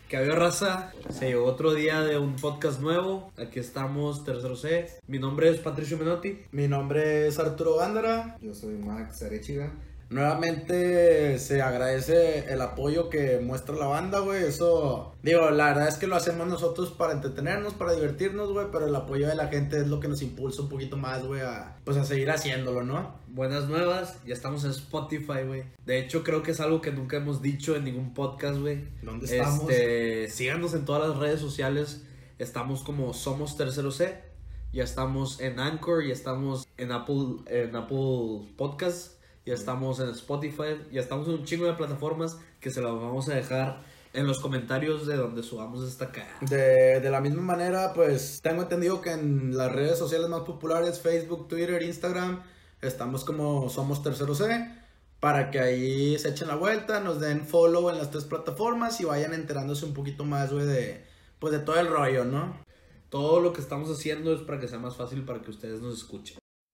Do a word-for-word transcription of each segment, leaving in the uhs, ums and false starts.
Que había raza, se llegó otro día de un podcast nuevo. Aquí estamos, Tercero C. Mi nombre es Patricio Menotti. Mi nombre es Arturo Gándara. Yo soy Max Arechiga. Nuevamente se agradece el apoyo que muestra la banda, güey. Eso, digo, la verdad es que lo hacemos nosotros para entretenernos, para divertirnos, güey. Pero el apoyo de la gente es lo que nos impulsa un poquito más, güey, a, pues a seguir haciéndolo, ¿no? Buenas nuevas, ya estamos en Spotify, güey. De hecho, creo que es algo que nunca hemos dicho en ningún podcast, güey. ¿Dónde estamos? Este, síganos en todas las redes sociales. Estamos como Somos Tercero C. Ya estamos en Anchor, ya estamos en Apple, en Apple Podcasts. Ya estamos en Spotify, ya estamos en un chingo de plataformas que se las vamos a dejar en los comentarios de donde subamos esta cagada. De, de la misma manera, pues tengo entendido que en las redes sociales más populares, Facebook, Twitter, Instagram, estamos como Somos Tercero C, para que ahí se echen la vuelta, nos den follow en las tres plataformas y vayan enterándose un poquito más, güey, de, pues de todo el rollo, ¿no? Todo lo que estamos haciendo es para que sea más fácil para que ustedes nos escuchen.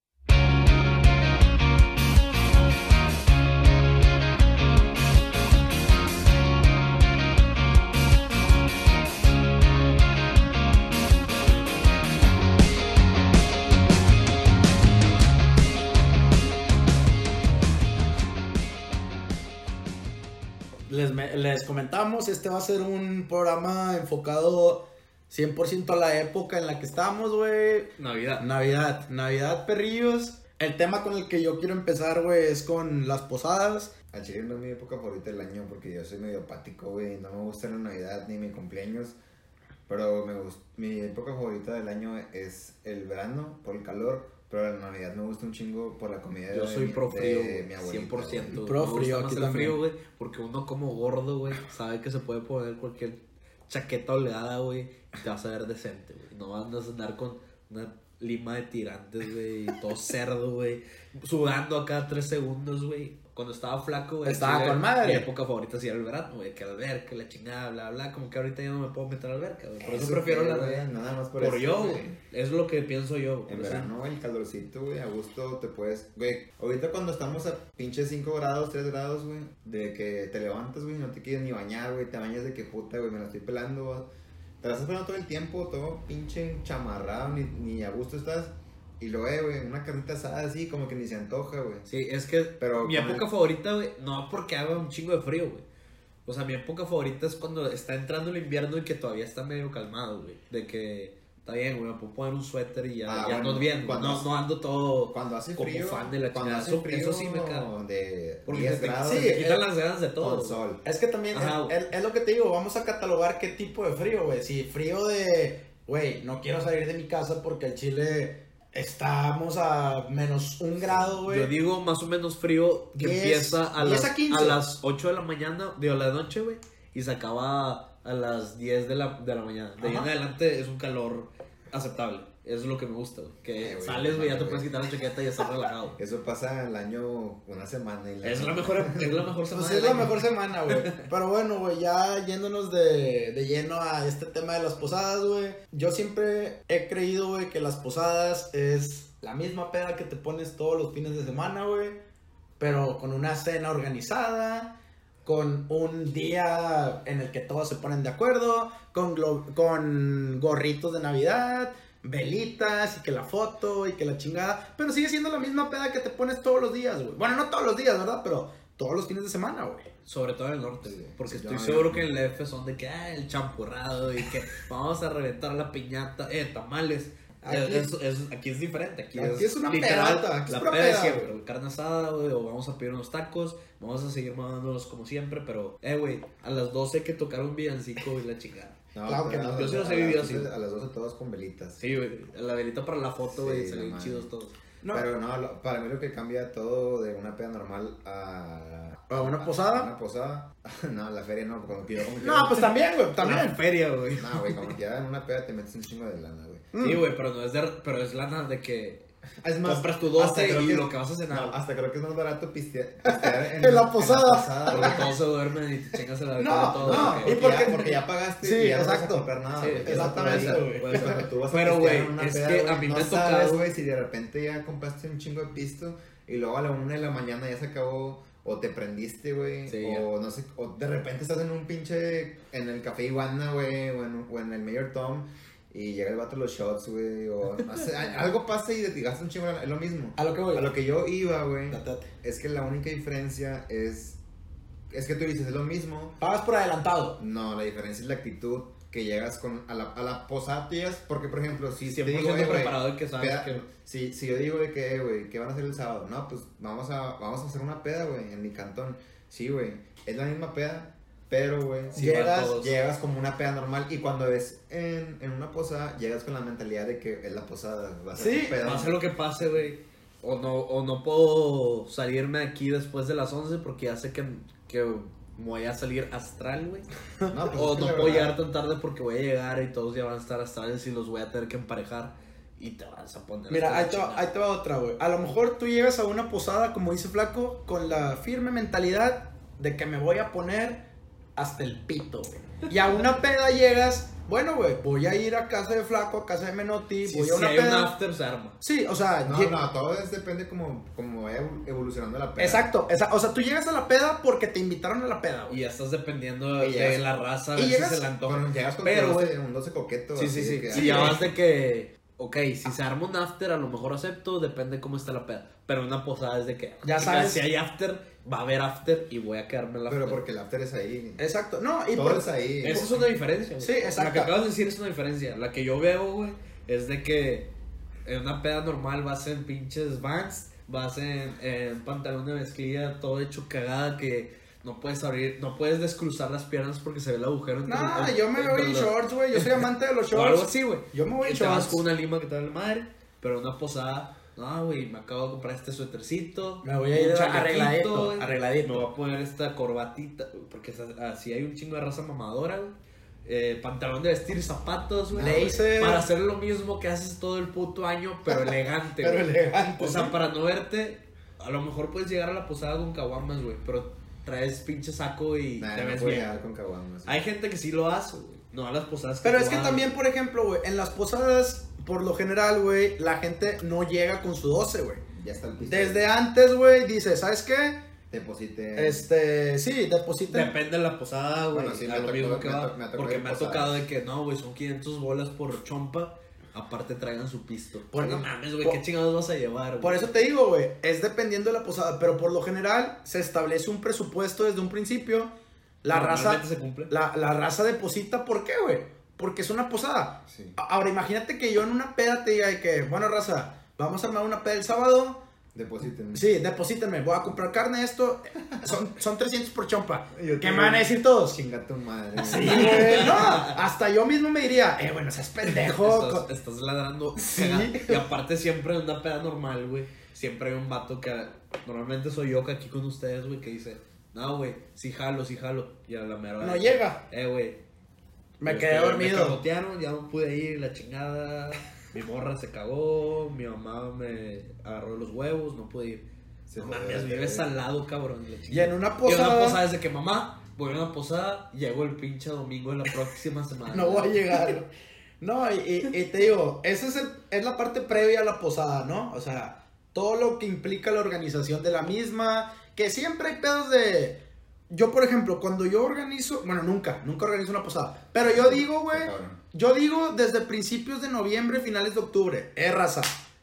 Les, les comentamos, este va a ser un programa enfocado cien por ciento a la época en la que estamos, güey. Navidad. Navidad, Navidad, perrillos. El tema con el que yo quiero empezar, güey, es con las posadas. Al chile no es mi época favorita del año porque yo soy medio apático, güey. No me gusta la Navidad ni mi cumpleaños. Pero me gusta, mi época favorita del año es el verano por el calor. Pero la Navidad me gusta un chingo por la comida Yo de, soy mi, pro frío, de mi abuelita. cien por ciento. Pro Me gusta frío, más aquí el también. frío, güey, porque uno como gordo, güey, sabe que se puede poner cualquier chaqueta holgada, güey, y te vas a ver decente, güey. No andas a andar con una lima de tirantes, güey, y todo cerdo, güey, sudando a cada tres segundos, güey. Cuando estaba flaco, güey, Estaba sí, con madre. Mi época favorita sí era el verano, güey, que la alberca, la chingada, bla, bla. Como que ahorita ya no me puedo meter a la alberca, güey. Por eso, Eso prefiero que, la güey, Navidad. nada más por, Por eso, yo, güey. güey. Es lo que pienso yo. En por eso. verano, güey, el calorcito, güey, a gusto te puedes... Güey, ahorita cuando estamos a pinche cinco grados, tres grados, güey, de que te levantas, güey, no te quieres ni bañar, güey, te bañas de que puta, güey, me la estoy pelando, güey. Te la estás pelando todo el tiempo, todo pinche chamarrado, ni, ni a gusto estás. Y luego, eh, güey, una carnita asada así, como que ni se antoja, güey. Sí, es que Pero mi con época el- favorita, güey, no porque haga un chingo de frío, güey. O sea, mi época favorita es cuando está entrando el invierno y que todavía está medio calmado, güey. De que está bien, güey, me puedo poner un suéter y ya, Ah, ya bueno, ando bien. cuando No, hace- no ando todo Cuando hace como frío, fan de la cuando chingada. hace Eso, frío eso sí me caga. de Porque diez te, grados, sí, sí, te quitan eh, las ganas de todo. con sol. Es que también Ajá, es, es- es lo que te digo, vamos a catalogar qué tipo de frío, güey. Si frío de, güey, no quiero salir de mi casa porque el Chile estamos a menos un grado, güey. Yo digo más o menos frío que diez, empieza a diez las, a quince. a las ocho de la mañana, de la noche, güey, y se acaba a las diez de la, de la mañana. De ahí en Ajá. adelante es un calor aceptable. Eso es lo que me gusta, güey. Que Eh, güey, sales, güey, ya te güey. puedes quitar la chaqueta y estás relajado. Eso pasa el año, una semana. Y Es la mejor, es la mejor semana. Pues del es la año. mejor semana, güey. Pero bueno, güey, ya yéndonos de, de lleno a este tema de las posadas, güey. Yo siempre he creído, güey, que las posadas es la misma peda que te pones todos los fines de semana, güey. Pero con una cena organizada, con un día en el que todos se ponen de acuerdo, con, glo- con gorritos de Navidad, velitas y que la foto y que la chingada. Pero sigue siendo la misma peda que te pones todos los días, güey. Bueno, no todos los días, ¿verdad? Pero todos los fines de semana, güey. Sobre todo en el norte, güey. Porque Sí, estoy yo- seguro que en el F son de que, ah, el champurrado y que vamos a reventar la piñata, eh, tamales. Aquí- Es- es- aquí es diferente, aquí, Aquí es una literal, pedota, aquí es la pura peda de peda, siempre, güey. carne asada, güey, o vamos a pedir unos tacos, vamos a seguir mamándolos como siempre, pero, eh, güey, a las doce hay que tocar un villancico y la chingada. No, Claro que a- no, a- yo sí los a he vivido las así. doce A las doce todos con velitas. Sí, güey, la velita para la foto, güey, Sí, se no ven mames. chidos todos. No. Pero no, lo- para mí lo que cambia todo de una peda normal a... ¿A una posada? A una posada. No, la feria no, como que yo como que... No, pues también, güey, La también. feria, güey. No, güey, como que ya en una peda te metes un chingo de lana, güey. Sí, güey, pero no es de, pero es lana de que Es compras tu hasta doce creo y que- lo que vas a cenar. No, hasta creo que es más barato pistear, pistear en, En la posada. Porque güey. todos se duermen y te chingas el alcohol No, y todo. no, ok. y Porque, porque- ya, porque ya pagaste Sí, y ya no vas a exacto. comprar nada, Sí, güey. exactamente, Puede ser, güey. puede ser cuando tú vas a Pero, pistear güey, en una es peda, que güey, a mí no me ha sabes, tocado- güey, si de repente ya compraste un chingo de pisto y luego a la una de la mañana ya se acabó o te prendiste, güey, Sí, o no sé, o de repente estás en un pinche, en el Café Iguana, güey, o en, o en el Mayor Tom, y llega el vato de los shots, güey, o no sé, algo pasa y te gastas un chingo, es lo mismo. A lo que voy. A lo que yo iba, güey, Date, date. es que la única diferencia es, es que tú dices, es lo mismo. Pagas por adelantado. No, la diferencia es la actitud que llegas con a la, a la posada, tú llegas, porque por ejemplo, si te cien por digo, ciento eh, güey, preparado y que sabes peda- que... si, si yo digo de que, güey, ¿qué van a hacer el sábado? No, pues vamos a, vamos a hacer una peda, güey, en mi cantón. Sí, güey, es la misma peda, pero, güey, si Llegas- vas, llegas como una peda normal y cuando ves en, en una posada, llegas con la mentalidad de que es la posada, va a ser Sí, tu peda. Pase lo que pase, güey. O no, o no puedo salirme aquí después de las once porque ya sé que, que me voy a salir astral, güey. No, pues, O es que no la puedo verdad- llegar tan tarde porque voy a llegar y todos ya van a estar astrales y los voy a tener que emparejar. Y te vas a poner... Mira, hasta ahí la te, va, chingada. ahí te va otra, güey. A lo mejor tú llegas a una posada, como dice Flaco, con la firme mentalidad de que me voy a poner hasta el pito, güey. Y a una peda llegas, bueno, güey, voy a ir a casa de Flaco, a casa de Menotti, Si, voy a si una hay un peda. after, se arma. Sí, o sea, No, lle- no, todo es, depende como, como vaya evolucionando la peda. exacto, esa- o sea, tú llegas a la peda porque te invitaron a la peda, Y güey. ya estás dependiendo de, Y llegas- de la raza, a y ver llegas- si se le antoja. Bueno, llegas con Pero, un güey, doce, un doce coqueto. Sí, así sí, sí. de que, Si ay, ya güey. vas de que, ok, si se arma un after, a lo mejor acepto, depende cómo está la peda. Pero una posada es de que, Ya "Chinga, sabes". si hay after, va a haber after y voy a quedarme en la Pero after. porque el after es ahí. Exacto, no, y Todo por- es ahí. Esa es una diferencia, güey. Sí, exacto. La que acabas de decir es una diferencia. La que yo veo, güey, es de que en una peda normal vas en pinches Vans, vas en, en pantalón de mezclilla, todo hecho cagada que no puedes abrir, no puedes descruzar las piernas porque se ve el agujero. entre- No, en- yo me entre voy en los- shorts, güey. Yo soy amante de los O algo shorts. así, güey. Yo me voy Y en te vas shorts. con una lima que te da la madre, pero una posada, no, güey, me acabo de comprar este suétercito. Me voy a ir un chalequito, arregladito, güey, arregladito. Me voy a poner esta corbatita, porque es- así hay un chingo de raza mamadora, güey. Eh, pantalón de vestir, zapatos, güey. Blazer. Para hacer lo mismo que haces todo el puto año, pero elegante, Pero güey. elegante. O sea, ¿sí? para no verte, a lo mejor puedes llegar a la posada con caguamas, güey, pero traes pinche saco y Nah, te no ves puedo bien. llegar con caguamas. Hay gente que sí lo hace, güey. No a las posadas Pero tú es que vas, también, por ejemplo, güey, en las posadas, por lo general, güey, la gente no llega con su doce, güey. Ya está el pisto. Desde antes, güey, dice, ¿sabes qué? Deposite. Este, sí, depositen. Depende de la posada, güey. Bueno, sí, a me lo tocó- mismo que me va. to- me tocó Porque ir me ha posadas. tocado de que no, güey, son quinientas bolas por chompa. Aparte traigan su pisto. Por- no mames, güey, por- ¿qué chingados vas a llevar, güey? Por eso te digo, güey, es dependiendo de la posada, pero por lo general se establece un presupuesto desde un principio. La raza, Normalmente se cumple. la, la raza deposita, ¿por qué, güey? Porque es una posada. Sí. A- Ahora, imagínate que yo en una peda te diga de que, bueno, raza, vamos a armar una peda el sábado. Depositen. Sí, deposítenme, voy a comprar carne, esto. Son, son trescientos por chompa. Yo ¿Qué te- me van a decir todos? Chinga tu madre. Sí, güey, no. Hasta yo mismo me diría, eh, bueno, seas pendejo. Estás, co- estás ladrando. Sí. cagado. Y aparte siempre en una peda normal, güey. Siempre hay un vato que normalmente soy yo que aquí con ustedes, güey, que dice, no, güey, sí jalo, sí jalo. Y a la mera hora, No llega. Eh, güey. Me Este, quedé Me dormido. cagotearon, ya no pude ir, la chingada. Mi morra se cagó, mi mamá me agarró los huevos, no pude ir. Se No fue mames, de- vives al lado, cabrón. la Y chingada. en una Y en posada. una posada es de que mamá, voy a una posada, llego el pinche domingo de la próxima semana. No voy a llegar. No, y, y- y te digo, esa es, el- es la parte previa a la posada, ¿no? O sea, todo lo que implica la organización de la misma, que siempre hay pedos de... Yo, por ejemplo, cuando yo organizo, bueno, nunca, nunca organizo una posada, pero yo digo, güey, Cabrón. yo digo desde principios de noviembre, finales de octubre, eh, raza,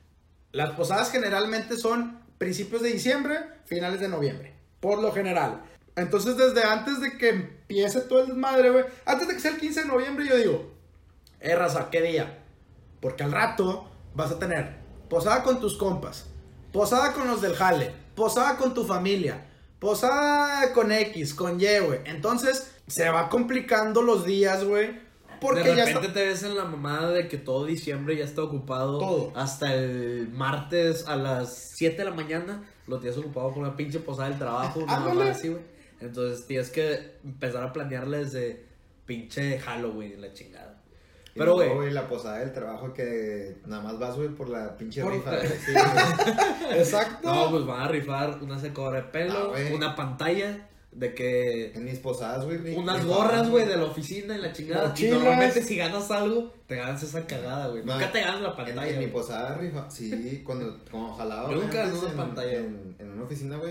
las posadas generalmente son principios de diciembre, finales de noviembre, por lo general. Entonces, desde antes de que empiece todo el desmadre, güey, antes de que sea el quince de noviembre, yo digo, eh, raza, ¿qué día? Porque al rato vas a tener posada con tus compas, posada con los del jale, posada con tu familia, posada con X, con Y, güey. Entonces, se va complicando los días, güey. Porque de ya repente está... te ves en la mamada de que todo diciembre ya está ocupado. Todo. Hasta el martes a las siete de la mañana lo tienes ocupado con una pinche posada del trabajo. Una Ándale. mamada así, güey. Entonces tienes que empezar a planearle desde pinche Halloween, la chingada. Y Pero, luego, güey, la posada del trabajo que nada más vas, güey, por la pinche Por- rifa. güey. Sí, güey. Exacto. no, pues van a rifar una secadora de pelo, Ah, güey. una pantalla de que... En mis posadas, güey. ri- Unas rifaban, gorras, güey, de la oficina y la chingada. Mochilas. Y normalmente si ganas algo, te ganas esa cagada, güey. No, Nunca te ganas la En, pantalla, en mi güey. posada rifa, sí, cuando, cuando jalaba. Yo güey, nunca antes gané una en- pantalla. En, en una oficina, güey,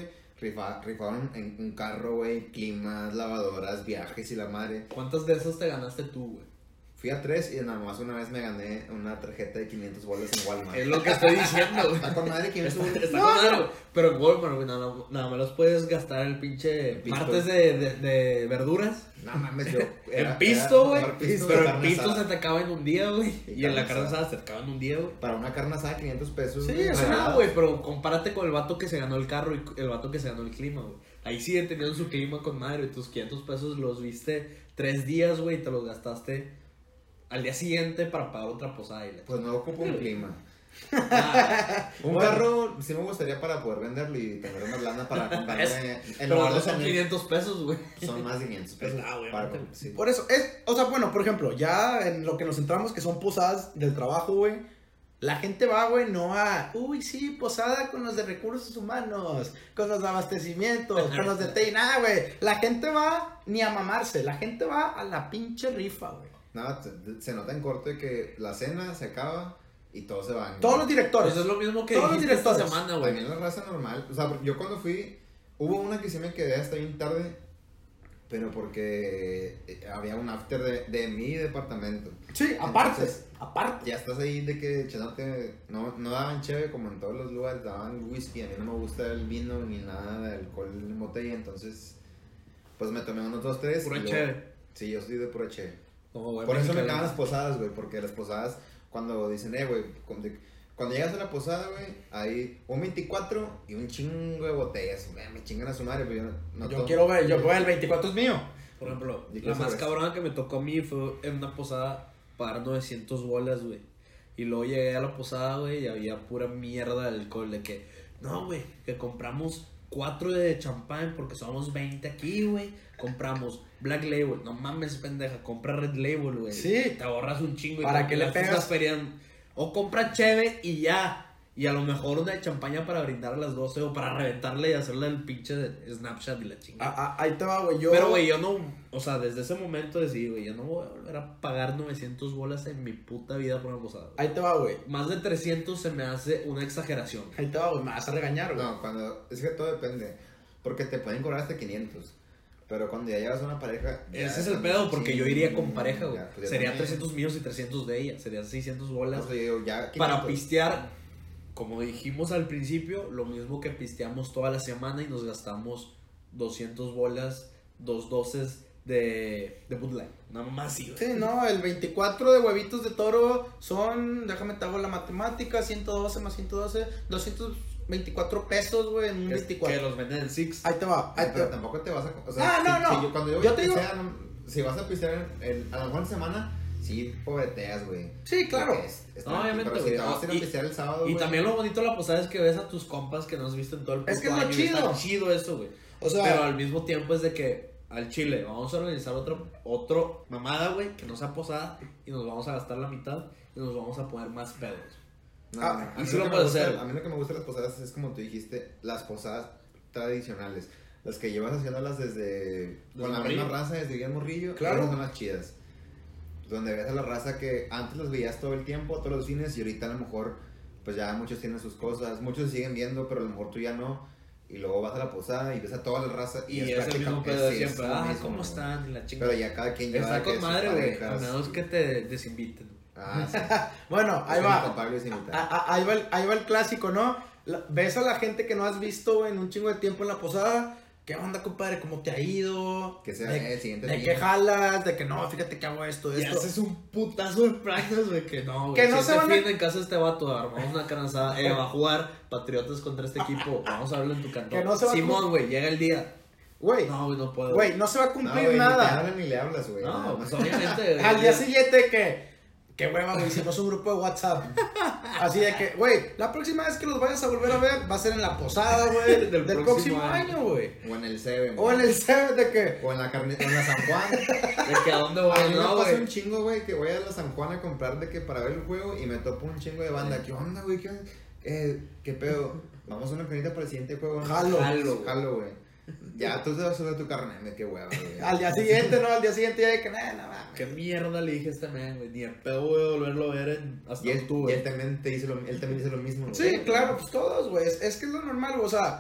rifa, rifaron en un carro, güey, climas, lavadoras, viajes y la madre. ¿Cuántas de esas te ganaste tú, güey? Fui a tres y nada más una vez me gané una tarjeta de quinientos bolas en Walmart. Es lo que estoy diciendo, güey. Está con madre quinientos Está, bolas. está No, con madre, no. güey. Pero en Walmart, güey, nada, nada más los puedes gastar el pinche Pisto. martes de, de, de verduras. No mames, yo. En pisto, güey. era pisto, Pero el carne pisto asada. se te acaba en un día, güey. Y Y en la carne carne asada. asada se te acaba en un día, güey. Para una carne asada, quinientos pesos. Sí, güey, eso Eso regalados. no, güey, pero compárate con el vato que se ganó el carro y el vato que se ganó el clima, güey. Ahí sí tenían su clima con madre, tus quinientos pesos los viste tres días, güey, y te los gastaste al día siguiente para pagar otra posada. Y la Pues no ocupo un clima. chingada. Un Bueno. carro sí me gustaría para poder venderlo y tener una lana para comprarme. En Pero lugar no de son tener- quinientos pesos, güey. Son más de quinientos pesos. Ah, güey, para- obviamente. sí. Por eso, es, o sea, bueno, por ejemplo, ya en lo que nos centramos, que son posadas del trabajo, güey. La gente va, güey, no a, uy, sí, posada con los de recursos humanos, con los de abastecimientos, con los de T I, nada, güey. La gente va ni a mamarse, la gente va a la pinche rifa, güey. Nada, te- se nota en corto de que la cena se acaba y todos se van. Todos los directores. Pues es lo mismo que Todos los dijiste esta directores. semana, güey. También la raza normal. O sea, yo cuando fui, hubo una que sí me quedé hasta bien tarde, pero porque eh, había un after de, de mi departamento. Sí, aparte, Entonces, aparte. Ya estás ahí de que echándote, no, no daban cheve como en todos los lugares, daban whisky. A mí no me gusta el vino ni nada de alcohol en botella, entonces pues me tomé unos dos, tres. Pura y luego- cheve. Sí, yo soy de pura cheve. Como güey Por eso me mexicano. cagan las posadas, güey, porque las posadas, cuando dicen, eh, güey, cuando, cuando llegas a la posada, güey, hay un veinticuatro y un chingo de botellas, güey, me chingan a su madre, pero yo no, no Yo tomo. quiero ver, yo voy el veinticuatro es mío. Por ejemplo, ¿Y qué la más sabes? cabrona que me tocó a mí fue en una posada pagar novecientos bolas, güey. Y luego llegué a la posada, güey, y había pura mierda de alcohol. De que, no, güey, que compramos cuatro de champán porque somos veinte aquí, güey. Compramos Black Label. No mames, pendeja, compra Red Label, güey. Sí. Te ahorras un chingo. y ¿Para te qué le gastas pegas? la feria en- O compra cheve y ya. Y a lo mejor una de champaña para brindar a las doce o para reventarle y hacerle el pinche de Snapchat y la chingada. Ah, ah, ahí te va, güey. Yo... Pero, güey, yo no, o sea, desde ese momento decidí, güey, yo no voy a volver a pagar novecientos bolas en mi puta vida por una posada. Ahí te va, güey. Más de trescientos se me hace una exageración. Ahí te va, güey. Me vas a regañar, güey. No, cuando, es que todo depende, porque te pueden cobrar hasta quinientos, pero cuando ya llevas a una pareja... ya Ese es el están pedo, porque yo iría con chinga, pareja, güey. pues ya Sería también. trescientos míos y trescientos de ella. Serían seiscientos bolas. O sea, yo digo, ya Para quinientos. pistear, como dijimos al principio, lo mismo que pisteamos toda la semana y nos gastamos doscientos bolas, dos doces de, de Bud Light. Nada más así, güey. Sí, no, el veinticuatro de huevitos de toro son, déjame te hago la matemática, ciento doce más ciento doce, doscientos veinticuatro pesos, güey, en un Que, veinticuatro. que los venden en Six. Ahí te va, ahí Ay, te pero va. tampoco te vas a... O sea, Ah, no, si- no. si yo, cuando yo, Yo voy te a digo- pistear, no- si vas a pistear en, a la buena semana, sí, pobreteas, güey. Sí, claro. Porque es- es No, tranqui, obviamente, pero si te güey. vas a ir a Y- pistear el sábado, Y güey, también lo bonito de la posada es que ves a tus compas que no has visto en todo el Es que puto es lo año y está chido. chido eso, güey. O sea- pero al mismo tiempo es de que al chile vamos a organizar otro, otro mamada, güey, que no sea posada y nos vamos a gastar la mitad y nos vamos a poner más pedos. No, Ah, a y mí sí lo que me puedes gusta- hacer. A mí lo que me gusta de las posadas es como tú dijiste, las posadas tradicionales. Las que llevas haciéndolas desde... Con la morrillo. misma raza, desde bien morrillo. Claro. Esas son las chidas. Donde ves a la raza que antes los veías todo el tiempo, todos los fines, y ahorita a lo mejor, pues ya muchos tienen sus cosas. Muchos siguen viendo, pero a lo mejor tú ya no. Y luego vas a la posada y ves a toda la raza. Y, es es el mismo prácticamente- pedo de sí, es siempre. lo Ah, mismo, ¿cómo güey. están? Y la chingada. Pero ya cada quien lleva Está que con sus madre, güey. A parejas. menos que te desinviten. Ah, sí. Bueno, ahí Es va. incapable de imitar. A- a- Ahí va, el, ahí va el clásico, ¿no? La- ves a la gente que no has visto güey, en un chingo de tiempo en la posada. ¿Qué onda, compadre? ¿Cómo te ha ido? Que sea de, el siguiente de día. qué jalas, de que no, fíjate que hago esto, Y esto. haces un putazo de prácticas, güey, que no, güey. Que no si se este van a- fin en casa de este vato, armamos una canasada, eh, va a jugar Patriotas contra este equipo, vamos a verlo en tu cantón. Que no se va a Simón, güey, llega el día. Güey, No, güey, no puedo. güey, no se va a No, cumplir güey, ni te nada. hablan ni le hablas, güey. nada No, más. pues obviamente. Al güey, día siguiente que, qué hueva, güey, hicimos un grupo de WhatsApp. Así de que, güey, la próxima vez que los vayas a volver a ver va a ser en la posada, güey, del, Del próximo, próximo año, año. güey. O en el Seven. O en el set de que, O en la carne, o en la San Juan. De que a dónde voy, A mí me no, pasa güey. un chingo, güey, que voy a la San Juan a comprar de que para ver el juego y me topo un chingo de banda. Sí. ¿Qué onda, güey? ¿Qué, eh, ¿Qué pedo? Vamos a una canita para el siguiente juego. ¿no? Jalo. Jalo, güey. Jalo, güey. Ya tú te vas a subir tu carne, qué hueva, güey. al día siguiente, ¿no? Al día siguiente ya de que, nada, nada. ¿Qué mierda le dije a este man, güey? Ni el pedo voy a volverlo a ver en, hasta Y él, octubre. y él también te dice lo, él también dice lo mismo. Sí, güey. claro, pues todos, güey. Es, es que es lo normal, güey. O sea,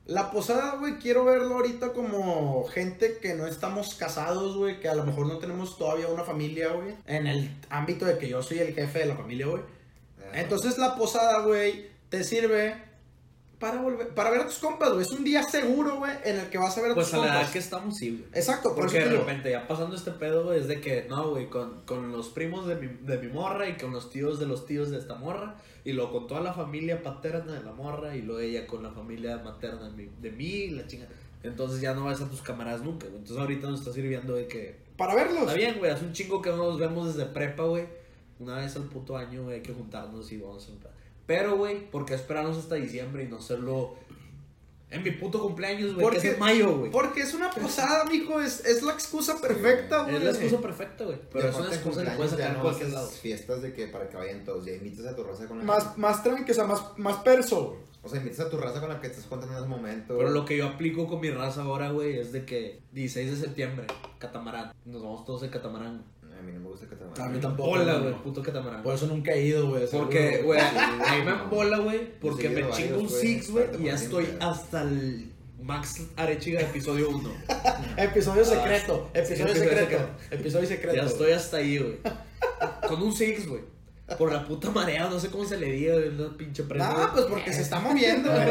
La posada, güey, quiero verlo ahorita como gente que no estamos casados, güey, que a lo mejor no tenemos todavía una familia, güey. En el ámbito de que yo soy el jefe de la familia, güey. Entonces la posada, güey, te sirve para volver, para ver a tus compas, güey. Es un día seguro, güey, en el que vas a ver a Pues tus a la compas. edad que estamos, sí, güey. Exacto, por Porque eso de te digo. repente, ya pasando este pedo, güey, es de que, no, güey, con, con los primos de mi, de mi morra y con los tíos de los tíos de esta morra, y luego con toda la familia paterna de la morra, y luego ella con la familia materna de mí, de mí y la chinga. Entonces ya no vas a tus camaradas nunca, güey. Entonces ahorita nos está sirviendo de que... Para verlos. Está bien, güey, hace un chingo que no nos vemos desde prepa, güey. Una vez al puto año, güey, hay que juntarnos y vamos a juntar. Pero, güey, ¿por qué esperarnos hasta diciembre y no hacerlo en mi puto cumpleaños, güey? Que es en mayo, güey. Porque es una posada, mijo. Es, es la excusa perfecta, güey. Es la excusa perfecta, güey. Pero es una excusa que puedes sacar en cualquier lado. Fiestas de que para que vayan todos. Ya invitas a tu raza con la Más, que... más tranqui, o sea, más, más perso, güey. O sea, invitas a tu raza con la que te estás contando en ese momento. Pero lo que yo aplico con mi raza ahora, güey, es de que dieciséis de septiembre, catamarán. Nos vamos todos en catamarán. A mí no me gusta el catamarán. A mí tampoco. Bola, no. güey, puto catamarán. Por eso nunca he ido, güey. Porque, seguro. güey, ahí me embola, güey, porque Yo he me ido chingo varios, un güey, six, güey, para y ya tomar estoy siempre. hasta el Max Arechiga episodio uno. Episodio Ah, secreto. sí, Episodio episodio secreto. secreto. Episodio secreto. Ya estoy hasta ahí, güey. Con un six, güey. Por la puta marea, no sé cómo se le diga, güey, una pinche presa. No, pues porque se está moviendo, güey.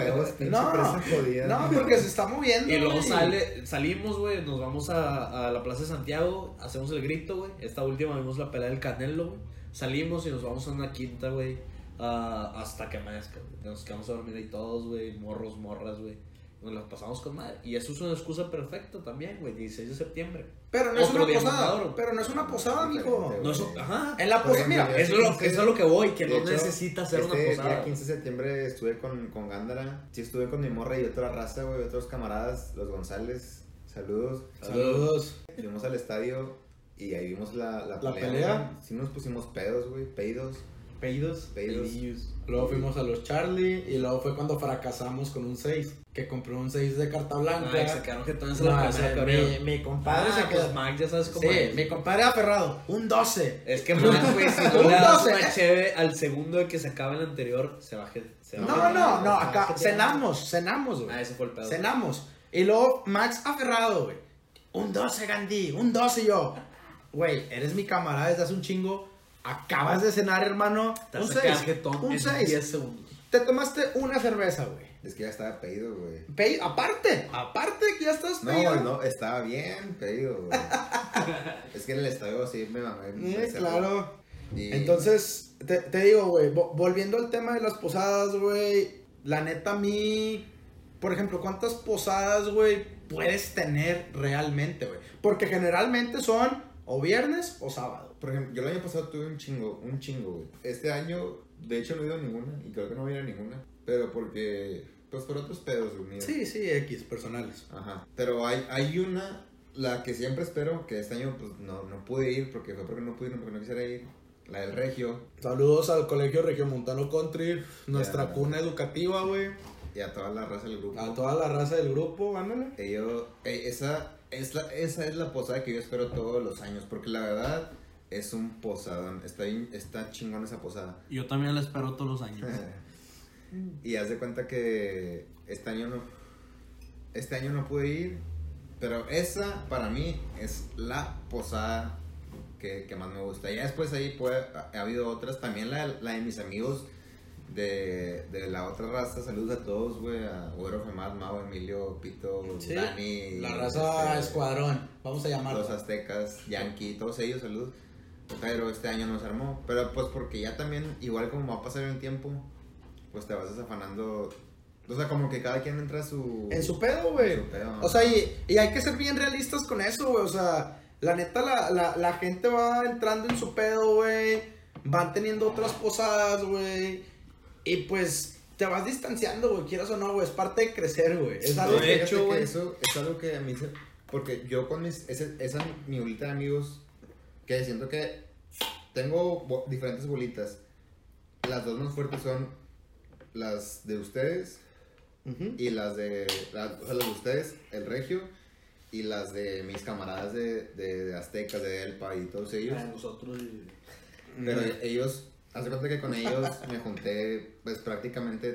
No, no, porque se está moviendo. Y luego güey. sale, salimos, güey, nos vamos a, a la Plaza de Santiago, hacemos el grito, güey. Esta última vimos la pelea del Canelo, güey. Salimos y nos vamos a una quinta, güey, uh, hasta que amanezca, güey. Nos quedamos a dormir ahí todos, güey, morros, morras, güey. Nos las pasamos con madre. Y eso es una excusa perfecta también, güey, dieciséis de septiembre. Pero no es Otro una día posada. mandado. Pero no es una posada, mijo. No, eso, ajá. En la Por posada, ejemplo, mira. yo- Eso es, lo, eso es a lo que voy, que De no hecho, necesita ser este una día posada. quince de septiembre estuve con, con Gándara. Sí, estuve con mi morra y otra raza, güey, otros camaradas, los González. Saludos. Saludos. Fuimos al estadio y ahí vimos la, la, ¿La pelea? güey. Sí nos pusimos pedos, güey, peidos. Peidos. Peidos. Luego fuimos a los Charlie y luego fue cuando fracasamos con un seis. Que compré un seis de carta blanca. Ay, se quedaron que todos en No, la o sea, primera, mi, cabrón. mi compadre Ah, se quedó. pues Max, ya sabes cómo Sí, es. mi compadre aferrado. Un doce. Es que Max, güey, si no Un le das doce. una cheve al segundo de que se acabe el anterior, se baje. Se No, baje. no, no, Ah, acá ¿qué tiene? cenamos, cenamos, güey. Ah, ese fue el pedo. Cenamos. Y luego Max aferrado, güey. Un doce, Gandhi, un doce y yo. Güey, eres mi camarada desde hace un chingo. Acabas de cenar, hermano. Te Un vas a quedar seis. jetón Un en seis. diez segundos. Te tomaste una cerveza, güey. Es que ya estaba pedido, güey. Pe- Aparte, aparte de que ya estás No, pedido. no, estaba bien pedido, güey. Es que en el estadio sí me mamé. Eh, me cerró. claro. Y- Entonces, te, te digo, güey, vo- volviendo al tema de las posadas, güey, la neta a mí, por ejemplo, ¿cuántas posadas, güey, puedes tener realmente, güey? Porque generalmente son o viernes o sábado. Por ejemplo, yo el año pasado tuve un chingo, un chingo, güey. Este año, de hecho, no he ido a ninguna y creo que no voy a ir a ninguna. Pero porque, pues por otros pedos, güey. míos. Sí, sí, X, personales. Ajá. Pero hay, hay una, la que siempre espero, que este año, pues no, no pude ir porque fue porque no pude ir, no porque no quisiera ir. La del Regio. Saludos al Colegio Regiomontano Country, nuestra Ya. cuna educativa, güey. Y a toda la raza del grupo. A toda la raza del grupo, ándale. Ellos, eh, esa, es la, esa es la posada que yo espero todos los años. Porque la verdad, es un posadón. Está, bien- está chingón esa posada. Yo también la espero todos los años. Y haz de cuenta que este año no este año no pude ir, pero esa para mí es la posada que, que más me gusta. Ya después ahí puede, ha, ha habido otras, también la, la de mis amigos de, de la otra raza. Saludos a todos, güey, a Güero, Femad, Mau, Emilio, Pito, Sí, Dani, la raza este, escuadrón, vamos a llamarlo. los aztecas, Yankee, todos ellos, saludos. Pero este año no se armó, pero pues porque ya también, igual como va a pasar el tiempo, pues te vas desafanando. O sea, como que cada quien entra a su... En su pedo, güey. en su pedo. O sea, y, y hay que ser bien realistas con eso, güey. O sea, la neta, la, la, la gente va entrando en su pedo, güey. Van teniendo otras posadas, güey. Y pues te vas distanciando, güey. Quieras o no, güey. Es parte de crecer, güey. Es algo de que... hecho, Fíjate que güey. eso es algo que a mí se... Porque yo con mis... Ese, esa mi bolita de amigos, que siento que tengo bo- diferentes bolitas. Las dos más fuertes son las de ustedes Ujú. y las de... la- o sea, las de ustedes, el Regio, y las de mis camaradas de, de, de Aztecas, de Delpa y todos ellos. Ah, nosotros y... Pero ellos, hace cuenta que con ellos me junté, pues prácticamente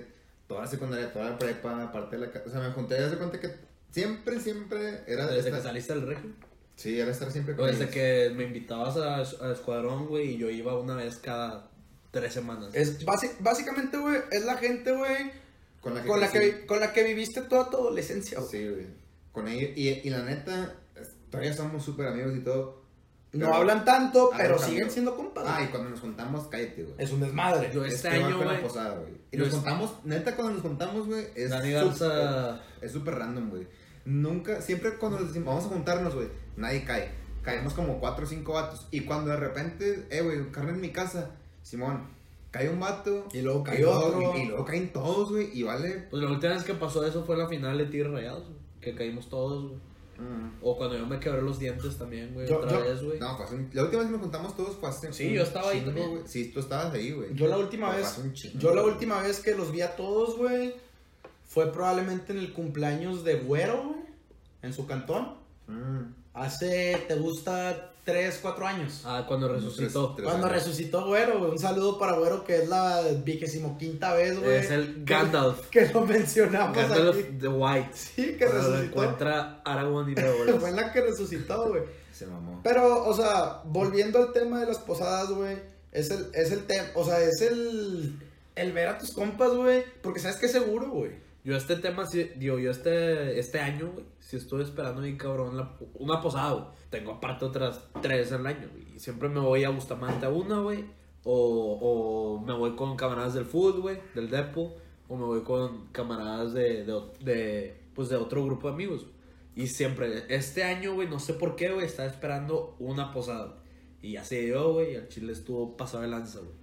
toda la secundaria, toda la prepa, aparte de la... ca- O sea, me junté, ya se cuenta que siempre, siempre era... Desde estar- que saliste del regio. Sí, era estar siempre O con desde ellos. que me invitabas a, a Escuadrón, güey, y yo iba una vez cada tres semanas. Es basi- básicamente, güey, es la gente, güey, Con la que, con la crecí. que, con la que viviste toda tu adolescencia, güey. Sí, güey. Con ellos. Y, y la neta, es- todavía somos súper amigos y todo. No pero- hablan tanto, Ah, pero no, siguen cambio. siendo compas. Ah, y güey. cuando nos juntamos, cállate, güey. Es un desmadre. Yo Es este que va año, con la güey, posada, güey. Y yo nos es- juntamos, neta, cuando nos juntamos, güey, es Dani súper- Garza... es súper random, güey. Nunca, siempre cuando nos decimos, vamos a juntarnos, güey, nadie cae. Caemos como cuatro o cinco vatos. Y cuando de repente, eh, güey, carne en mi casa, Simón, cae un vato. Y luego y cae luego- otro. Y, y luego caen todos, güey, y vale. Pues la última vez que pasó eso fue la final de Tigres Rayados, güey, que caímos todos, güey. Mm. O cuando yo me quebré los dientes también, güey, Yo- otra yo- vez, güey. No, fue hace un- la última vez que nos juntamos todos fue hace Sí, un yo estaba ahí chingo, también. güey. Sí, tú estabas ahí, güey. Yo la última Pero vez, fue hace un chingo, yo la güey. última vez que los vi a todos, güey, fue probablemente en el cumpleaños de Güero, güey, en su cantón. Mm. Hace, ¿te gusta? tres, cuatro años. Ah, cuando resucitó. Tres- tres Cuando años. resucitó Güero, güey. Un saludo para Güero, que es la vigésimo quinta vez, güey. Es el Gandalf. Que lo mencionamos Gandalf aquí. the White. Sí, que Cuando lo resucitó. encuentra Aragorn y Fue Legolas. la que resucitó, güey. Se mamó. Pero, o sea, volviendo al tema de las posadas, güey, es el, es el tema, o sea, es el, el ver a tus compas, güey, porque sabes que es seguro, güey. Yo este tema, sí, digo, yo este, este año, güey, sí estoy esperando mi cabrón la- una posada, güey. Tengo aparte otras tres al año, güey. Y siempre me voy a Bustamante a una, güey. O, o me voy con camaradas del fútbol, güey, del depo. O me voy con camaradas de, de, de, pues de otro grupo de amigos. Y siempre, este año, güey, no sé por qué, güey, estaba esperando una posada. Y ya se dio, güey, y el chile estuvo pasado de lanza, güey.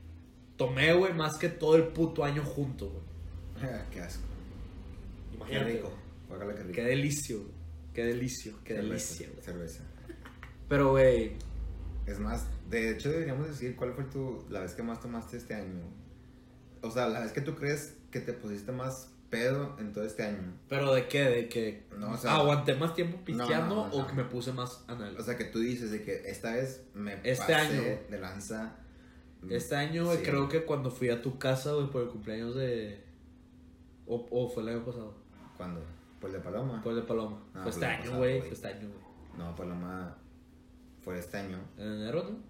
Tomé, güey, más que todo el puto año junto, güey. Ah, qué asco. Qué Imagínate. rico. Guácala, qué rico. Qué delicio, güey. Qué delicio, qué Cerveza, delicia, güey. Cerveza. Pero, güey, Es más, de hecho deberíamos decir cuál fue tu, la vez que más tomaste este año. O sea, la vez que tú crees que te pusiste más pedo en todo este año. ¿pero de qué? ¿De que No, o sea, aguanté más tiempo pisteando no, no, no. o que me puse más anal? O sea, que tú dices de que esta vez me Este pasé año. de lanza. Este año, güey, Sí. creo que cuando fui a tu casa, güey, por el cumpleaños de... O, o fue el año pasado, ¿Cuándo? ¿Por el de Paloma? por el de Paloma. Ah, fue por este el año, pasado, güey, güey. fue este año, güey. No, Paloma fue este año. En enero, ¿no?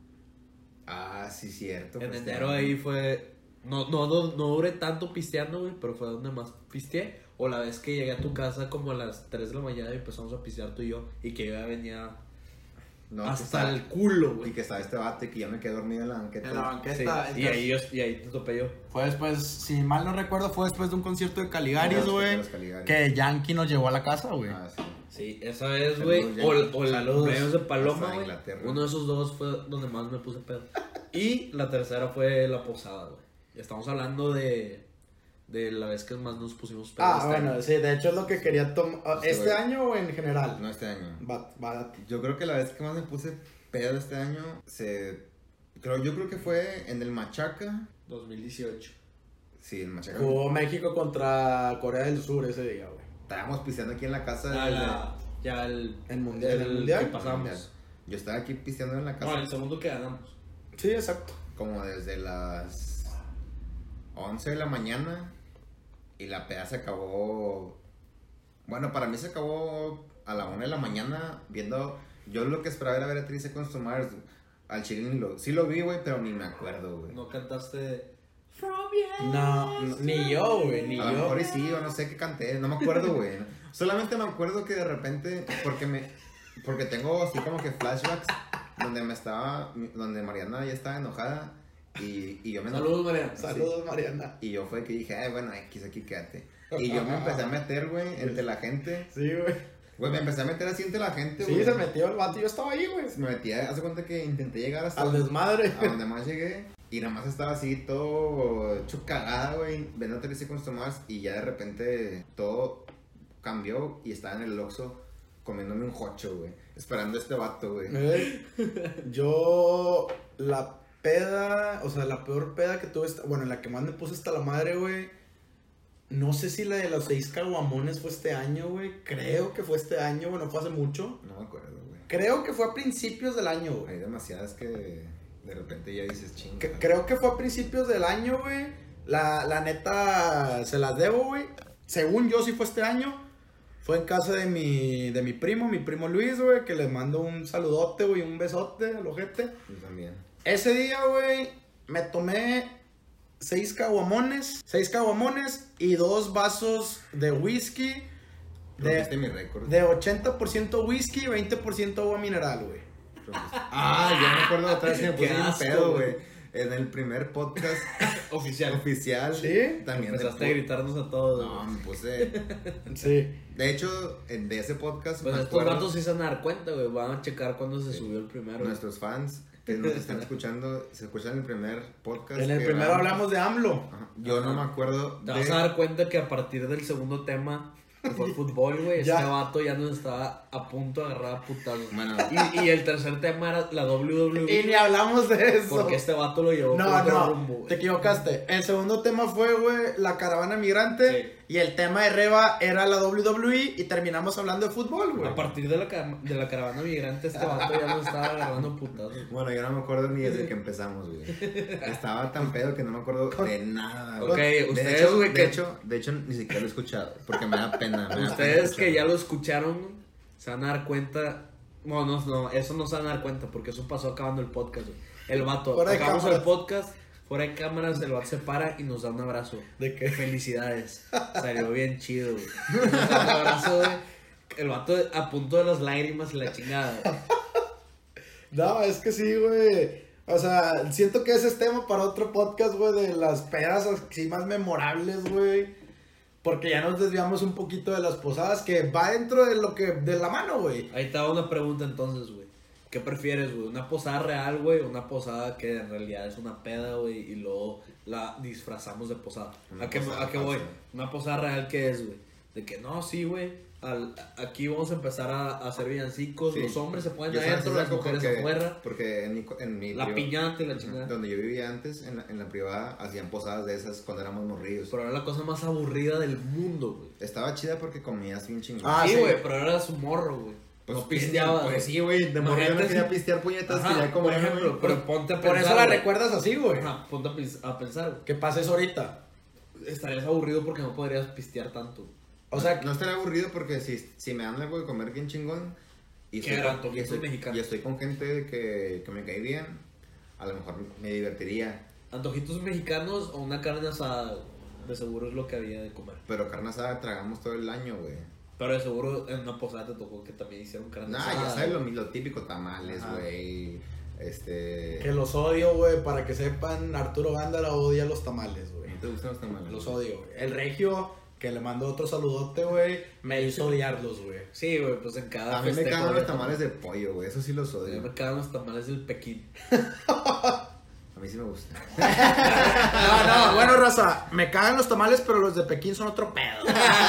Ah, sí, cierto. En fue este enero año. ahí fue... No, no, no, no duré tanto pisteando, güey, pero fue donde más pisteé. O la vez que llegué a tu casa como a las tres de la mañana y empezamos a pistear tú y yo. Y que yo ya venía No, que hasta está- el culo, Y güey. que estaba este vato y que ya me quedé dormido en la banqueta. En la banqueta. Sí, Esta- y, ahí yo, y ahí te topé yo. Fue después, si mal no recuerdo, fue después de un concierto de Caligaris, Los- güey. los Caligaris. Que Yankee nos llevó a la casa, güey. Ah, sí. Sí, esa vez, Saludos, güey. Yankee. O, el- o el Saludos. cumpleaños de Paloma, Hasta güey. Inglaterra. Uno de esos dos fue donde más me puse pedo. Y la tercera fue la posada, güey. Estamos hablando de, de la vez que más nos pusimos pedo. Ah, este bueno, año. sí, de hecho es lo que quería tomar. Sí, ¿Este güey. año o en general? No este año. Va, va- Yo creo que la vez que más me puse pedo este año, se... Creo, yo creo que fue en el Machaca. dos mil dieciocho. Sí, el Machaca. Jugó México contra Corea del Sur ese día, güey. Estábamos pisteando aquí en la casa. Ah, desde- la- ya el, El mundial, el mundial. que el pasamos. mundial. Yo estaba aquí pisteando en la casa. No, el segundo que ganamos. Sí, exacto. Como desde las once de la mañana. Y la peda se acabó. Bueno, para mí se acabó a la una de la mañana. Viendo. Yo lo que esperaba era ver a Three Seconds to Mars. Al chile ni lo. Sí lo vi, güey, pero ni me acuerdo, güey. No cantaste. No, no, ni yo, güey, ni A lo yo. mejor y sí, o no sé qué canté, no me acuerdo, güey. Solamente me acuerdo que de repente, porque me, porque tengo así como que flashbacks donde me estaba, donde Mariana ya estaba enojada y, y yo me Saludos, Mariana. Saludos, Mariana. Y yo fue que dije, ay, bueno, X, aquí quédate. Y yo me empecé a meter, güey, entre la gente. Sí, güey. Güey, me empecé a meter así entre la gente, güey. Sí, se metió el vato y yo estaba ahí, güey. Me metí, hace cuenta que intenté llegar hasta Al desmadre. a donde más llegué. Y nada más estaba así todo hecho cagada, güey. Viendo Three Seconds to Mars. Y ya de repente todo cambió. Y estaba en el Oxxo comiéndome un jocho, güey. Esperando a este vato, güey. Eh, Yo, la peda, o sea, la peor peda que tuve, esta- bueno, la que más me puse hasta la madre, güey. No sé si la de los seis caguamones fue este año, güey. Creo que fue este año, bueno, fue hace mucho. No me acuerdo, güey. Creo que fue a principios del año, güey. Hay demasiadas que de repente ya dices chinga. Que- Creo que fue a principios del año, güey. La, la neta, se las debo, güey. Según yo, sí fue este año. Fue en casa de mi, de mi primo, mi primo Luis, güey, que les mando un saludote, güey, un besote al ojete. Yo también. Ese día, güey, me tomé seis caguamones, seis caguamones y dos vasos de whisky Rompiste de, mi récord. de ochenta por ciento whisky y veinte por ciento agua mineral, güey. Rompiste- Ah, ya me acuerdo otra vez que me puse Qué un asco, pedo, güey. güey. En el primer podcast Oficial. oficial. ¿Sí? También de Empezaste a pu- gritarnos a todos. No, güey. me puse. Sí. De hecho, en- de ese podcast. Pues me estos acuerdo, vatos sí se van a dar cuenta, güey. Van a checar cuándo se subió el primero. Nuestros fans que nos están escuchando, se escuchan el primer podcast. En el que primero grabamos. hablamos de AMLO. Ajá. Yo no me acuerdo. Te de- vas a dar cuenta que a partir del segundo tema, que fue el fútbol, güey, Ya. este vato ya nos estaba a punto de agarrar a putazos. Bueno. Y, y el tercer tema era la W W Y ni E. hablamos de eso. Porque este vato lo llevó No, por otro no, rumbo, te güey. equivocaste. El segundo tema fue, güey, la caravana migrante. Sí. Y el tema de Reba era la W W E. Y terminamos hablando de fútbol, güey. A partir de la, ca- de la caravana migrante, este vato ya nos estaba agarrando putazos. Bueno, yo no me acuerdo ni desde que empezamos, güey. Estaba tan pedo que no me acuerdo de nada, güey. Ok, de ustedes, hecho, güey, de que- hecho, de hecho, ni siquiera lo he escuchado. Porque me da pena. me da pena Ustedes que ya escucharlo. lo escucharon, se van a dar cuenta. No, no, no, eso no se van a dar cuenta porque eso pasó acabando el podcast, güey. El vato, Fuera de acabamos el cámaras. podcast, fuera de cámaras, el vato se para y nos da un abrazo. ¿De qué? Felicidades. Salió bien chido, güey. Nos da un abrazo, güey. El vato a punto de las lágrimas y la chingada. No, es que sí, güey. O sea, siento que ese es tema para otro podcast, güey, de las pedas así más memorables, güey. Porque ya nos desviamos un poquito de las posadas, que va dentro de lo que, de la mano, güey. Ahí te va una pregunta entonces, güey. ¿Qué prefieres, güey? ¿Una posada real, güey? ¿O una posada que en realidad es una peda, güey? Y luego la disfrazamos de posada. Una ¿A qué, posada ¿A qué voy? falsa. ¿Una posada real qué es, güey? De que no, sí, güey. al- Aquí vamos a empezar a, a hacer villancicos. Sí. Los hombres se ponen Yo sabes, adentro, las saco mujeres porque- afuera. Porque en mi, en mi La priva- piñata y la Ujú. chingada. Donde yo vivía antes, en la, en la privada, hacían posadas de esas cuando éramos morrillos. Pero era la cosa más aburrida del mundo, güey. Estaba chida porque comías bien chingón. Ah, sí, sí. güey, pero era su morro, güey. Pues no pisteaba. Pues sí, güey. De morrillo no Imagínate quería si- pistear puñetas Ajá, que ya como por ejemplo, pero ponte a pensar. Por eso la güey. recuerdas así, güey. Ajá, ponte a, pens- a pensar, güey. ¿Qué pasa eso ahorita? Estarías aburrido porque no podrías pistear tanto. O sea, No estaría aburrido porque si, si me dan algo de comer bien chingón y ¿Qué estoy, era? con, y, Antojitos estoy, mexicanos. y estoy con gente que, que me cae bien, a lo mejor me divertiría. Antojitos mexicanos o una carne asada, de seguro es lo que había de comer. Pero carne asada tragamos todo el año, güey. Pero de seguro en una posada te tocó que también hicieron carne Nah, asada. ya sabes lo, lo típico, tamales, Ajá. güey. Este... que los odio, güey. Para que sepan, Arturo Gándara odia los tamales, güey. ¿No te gustan los tamales? Los odio, güey. El Regio, que le mando otro saludote, güey, me hizo odiarlos, güey. Sí, güey, pues en cada A mí me festejo cagan los había tamales de pollo, güey. Eso sí los A mí odio. me cagan los tamales del Pekín. A mí sí me gusta. No, no, bueno, raza, me cagan los tamales, pero los de Pekín son otro pedo.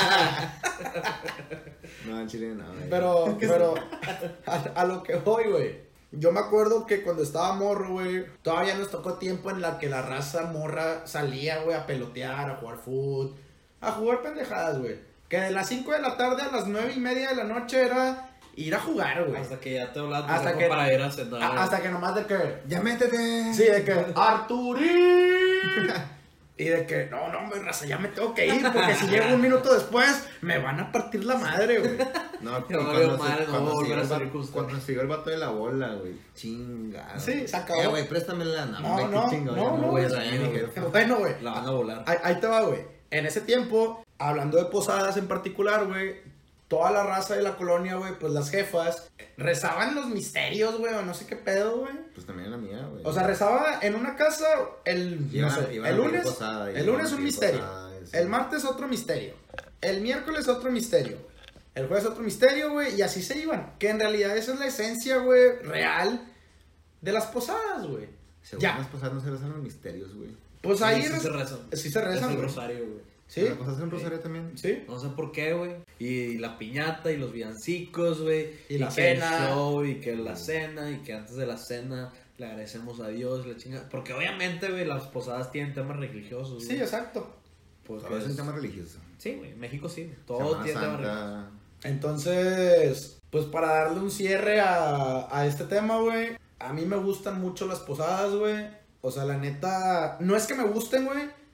No, en Chile no, güey. Pero, pero, a, a lo que voy, güey. Yo me acuerdo que cuando estaba morro, güey, todavía nos tocó tiempo en la que la raza morra salía, güey, a pelotear, a jugar fútbol, a jugar pendejadas, güey. Que de las cinco de la tarde a las nueve y media de la noche era ir a jugar, güey. Hasta que ya te hablas tu Hasta jefa que- para ir a cenar. A- hasta que nomás de que, ¡Ya métete! sí, de que, Arturín. Y de que, no, no, me raza, ya me tengo que ir, porque si llego un minuto después, me van a partir la madre, güey. No, No y me cuando veo se- mal, no cuando voy a volver siguió a el salir vato- con usted. Cuando siguió el vato de la bola, güey. Chingado. Sí, se acabó. Eh, güey, préstamela. No, No, hombre, no, qué chingón. no, ya no, voy a güey, extrañar a mi güey. jefa. Bueno, güey, La van a volar. ahí, ahí te va, güey. En ese tiempo, hablando de posadas en particular, güey, toda la raza de la colonia, güey, pues las jefas, rezaban los misterios, güey, o no sé qué pedo, güey. Pues también en la mía, güey. O sea, rezaba en una casa el, no Iban- sé, iban el a pedir lunes, posada, el iban lunes a un pedir misterio, posada, sí. el martes otro misterio, el miércoles otro misterio, güey. El jueves otro misterio, güey, y así se iban. Que en realidad esa es la esencia, güey, real de las posadas, güey. Según Ya. las posadas no se rezan los misterios, güey. Pues Sí, ahí sí rez- se rezan. Sí se Es rezan, el güey. rosario, güey. ¿Sí? ¿Las posadas en Rosario también? Sí. No sé por qué, güey. Y la piñata y los villancicos, güey. Y la que cena. el show y que la cena y que antes de la cena le agradecemos a Dios, la chingada. Porque obviamente, güey, las posadas tienen temas religiosos, Sí, güey. exacto. Porque Todo es un es- tema religioso. Sí, güey, México sí. Todo Semana tiene temas religiosos. Santa. Entonces, pues para darle un cierre a, a este tema, güey, a mí me gustan mucho las posadas, güey. O sea, la neta, no es que me gusten, güey.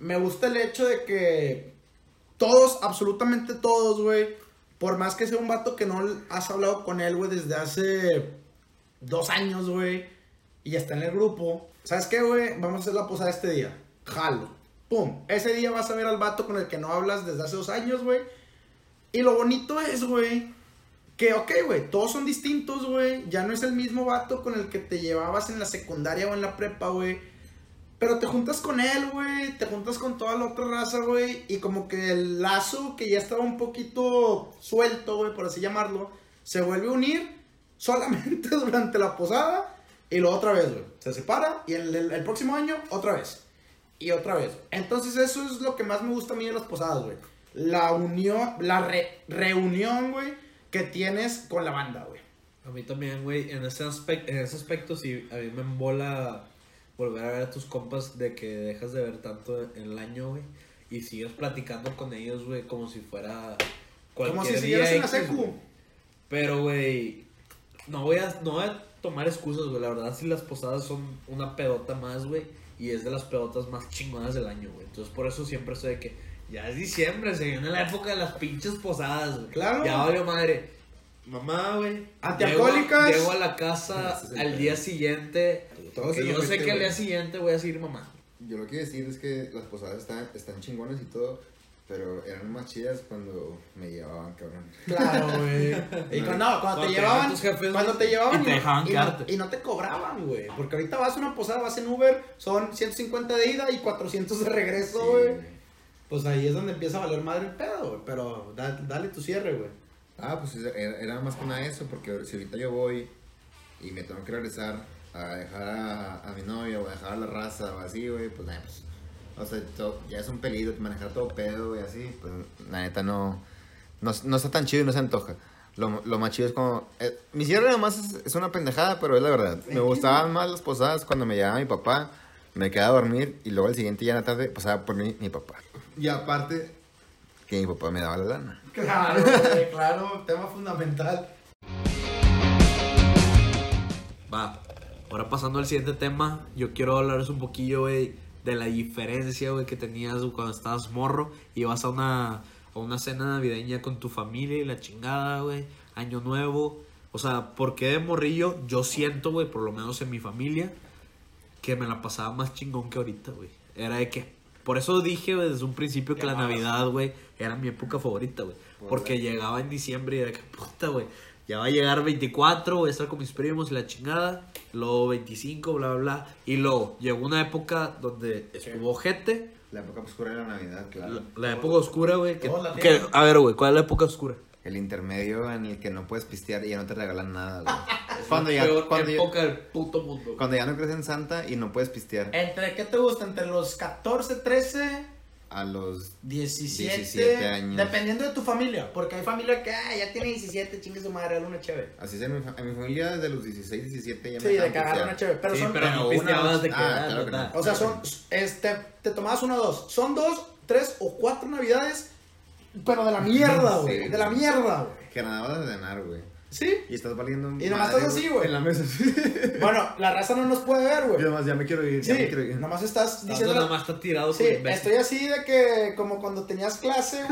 me gusta el hecho de que todos, absolutamente todos, güey, por más que sea un vato que no has hablado con él, güey, desde hace dos años, güey, y ya está en el grupo. ¿Sabes qué, güey? Vamos a hacer la posada este día. Jalo. Pum. Ese día vas a ver al vato con el que no hablas desde hace dos años, güey. Y lo bonito es, güey, que, ok, güey, todos son distintos, güey. Ya no es el mismo vato con el que te llevabas en la secundaria o en la prepa, güey. Pero te juntas con él, güey. Te juntas con toda la otra raza, güey. Y como que el lazo que ya estaba un poquito suelto, güey, por así llamarlo, se vuelve a unir solamente durante la posada. Y luego otra vez, güey. Se separa y el, el, el próximo año otra vez. Y otra vez. Entonces eso es lo que más me gusta a mí de las posadas, güey. La unión, la re, reunión, güey, que tienes con la banda, güey. A mí también, güey, en ese aspecto, en ese aspecto sí, a mí me embola volver a ver a tus compas de que dejas de ver tanto en el año, güey, y sigues platicando con ellos, güey, como si fuera cualquier Como si día siguieras en la X, secu. güey. Pero, güey, no voy a, no voy a tomar excusas, güey, la verdad, si las posadas son una pedota más, güey, y es de las pedotas más chingonas del año, güey, entonces por eso siempre soy de que ya es diciembre, se viene la época de las pinches posadas, güey. Claro. Ya valió madre. Mamá, güey. Antialcohólicas. Llego, llego a la casa Ese es el al pedo. día siguiente. Todos Que se yo lo sé meten, que al güey. día siguiente voy a seguir mamá. Yo lo que quiero decir es que las posadas están, están chingonas y todo, pero eran más chidas cuando me llevaban, cabrón. Claro, güey. Y cuando, no, cuando Cuando te te llevaban, tus jefes, cuando güey, te llevaban y te no- dejaban y, no, quedarte. y no te cobraban, güey. Porque ahorita vas a una posada, vas en Uber, son ciento cincuenta de ida y cuatrocientos de regreso, Sí, güey. güey. Pues ahí es donde empieza a valer madre el pedo, güey. Pero da- dale tu cierre, güey. Ah, pues era, era más que nada eso, porque si ahorita yo voy y me tengo que regresar a dejar a, a mi novia o a dejar a la raza o así, güey, pues nada, pues, o sea, to- ya es un peligro manejar todo pedo y así, pues la neta no, no, no está tan chido y no se antoja. Lo, lo más chido es como, eh, mi cierre además es, es una pendejada, pero es la verdad. Me gustaban más las posadas cuando me llevaba mi papá, me quedaba a dormir y luego al siguiente día en la tarde pasaba por mí mi papá. Y aparte, que mi papá me daba la lana. Claro, güey, claro. Tema fundamental. Va. Ahora pasando al siguiente tema, yo quiero hablarles un poquillo, güey, de la diferencia, güey, que tenías cuando estabas morro y vas a una, a una cena navideña con tu familia y la chingada, güey, año nuevo. O sea, ¿por qué de morrillo? Yo siento, güey, por lo menos en mi familia, que me la pasaba más chingón que ahorita, güey. Era de que, por eso dije, güey, desde un principio que la Navidad, güey, era mi época favorita, güey. Porque llegaba en diciembre y era que, puta, güey, ya va a llegar veinticuatro, voy a estar con mis primos y la chingada. Luego veinticinco, bla, bla, bla. Y luego llegó una época donde estuvo gente. La época oscura de la Navidad, claro. La, la época oscura, güey. Que, Todos la que- tienen. a ver, güey, ¿cuál es la época oscura? El intermedio en el que no puedes pistear y ya no te regalan nada, güey. cuando, La ya, peor cuando, ya, época del puto mundo, güey. cuando ya no crees en Santa y no puedes pistear. ¿Entre qué te gusta? ¿Entre los catorce, trece, A los diecisiete? diecisiete años. Dependiendo de tu familia. Porque hay familia que ah, ya tiene diecisiete, chingue su madre, dale una chévere. Así es, en mi, fa- en mi familia desde los dieciséis, diecisiete ya me Sí, de dejaban cagar pistear. una chévere. Pero Sí, son. pero no una- pisteabas de que ah, ah, claro que nada. no. O sea, son. Este, te tomabas una o dos. Son dos, tres o cuatro navidades. Pero de la mierda, güey. Sí, de la güey. mierda, güey. Que nada vas a cenar, güey. ¿Sí? Y estás valiendo Y nomás madre, estás así, güey. En la mesa, sí. Bueno, la raza no nos puede ver, Y güey. nomás, ya me quiero ir, Sí, ya me quiero ir. nomás estás Estás diciendo. nada más está tirado Sí, por imbécil. estoy así de que como cuando tenías clase,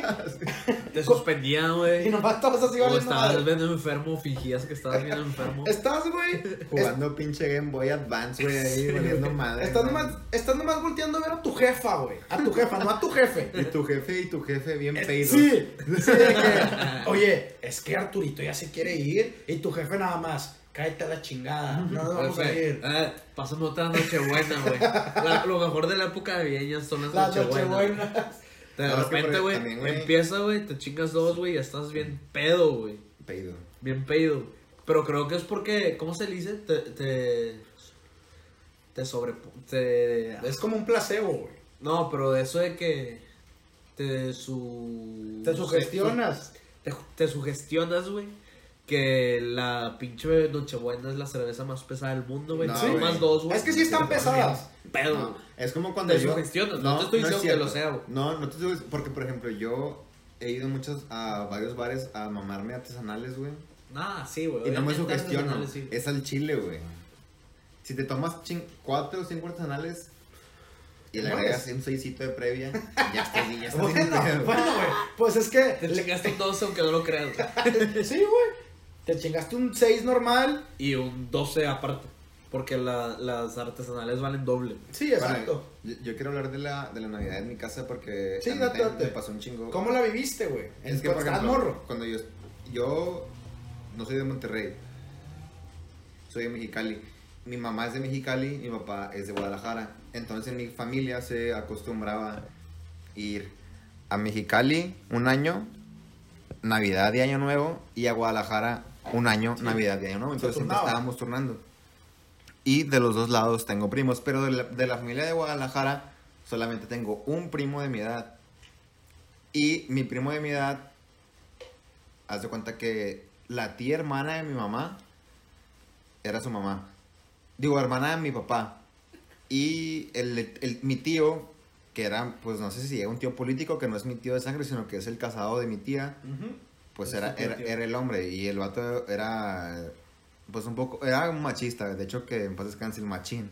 güey. Te suspendían, y güey. nomás estabas así O valiendo estabas madre. bien enfermo, fingías que estabas bien enfermo. Estás, güey. Jugando pinche Game Boy Advance, güey, ahí valiendo madre. Estás güey. nomás, estás nomás volteando a ver a tu jefa, güey. A tu jefa, no a tu jefe. Y tu jefe y tu jefe bien peidos. Sí, sí, de que, oye, es que Arturito ya se quiere ir y tu jefe nada más, cállate a la chingada, no nos vamos a Perfecto. ir. Eh, pasamos otra nochebuena, güey. La- Lo mejor de la época navideña son las La nochebuenas. nochebuena. De No, es que repente, por- güey, también, güey. empieza, güey, te chingas dos, güey, y estás bien pedo, güey. Peido. Bien pedo. Pero creo que es porque, ¿cómo se le dice? Te. Te. Te sobre. Te. Es como un placebo, güey. No, pero de eso de que. Te su. Te sugestionas. Te, te sugestionas, güey. Que la pinche Nochebuena es la cerveza más pesada del mundo, güey. No, Te güey. tomas dos, güey. Es que sí están te pones pesadas. bien Pedo. No, es como cuando Te yo... sugestionas, no te estoy es diciendo que cierto. lo sea, güey. No, no te estoy porque por ejemplo yo he ido muchos a varios bares a mamarme artesanales, güey. Nah, sí, güey. Y no me obviamente sugestiono, artesanales, sí. es al chile, güey. Si te tomas chin- cuatro o cinco artesanales, Y le agregas un seisito de previa. Ya está, ya está. Bueno, bueno, güey. Pues es que. Te chingaste un doce aunque no lo creas. Sí, güey. Te chingaste un seis normal. Y un doce aparte. Porque la, las artesanales valen doble. Sí, exacto. Bueno, yo, yo quiero hablar de la, de la Navidad en mi casa porque Sí, a mí date, te- date. me pasó un chingo. ¿Cómo la viviste, güey? Es que, Cuando por estabas ejemplo, morro. cuando yo, yo no soy de Monterrey, soy de Mexicali. Mi mamá es de Mexicali, mi papá es de Guadalajara. Entonces mi familia se acostumbraba a ir a Mexicali un año, Navidad y Año Nuevo, y a Guadalajara un año, Sí. Navidad y Año Nuevo. Se Entonces siempre turnaban. estábamos turnando. Y de los dos lados tengo primos, pero de la, de la familia de Guadalajara solamente tengo un primo de mi edad. Y mi primo de mi edad, haz de cuenta que la tía hermana de mi mamá era su mamá. Digo, hermana de mi papá. Y el, el- mi tío, que era, pues no sé si era un tío político, que no es mi tío de sangre, sino que es el casado de mi tía, Ujú. pues Es era, su tío, era, tío. era el hombre. Y el vato era, pues un poco, era un machista. De hecho, que en paz descanse el machín.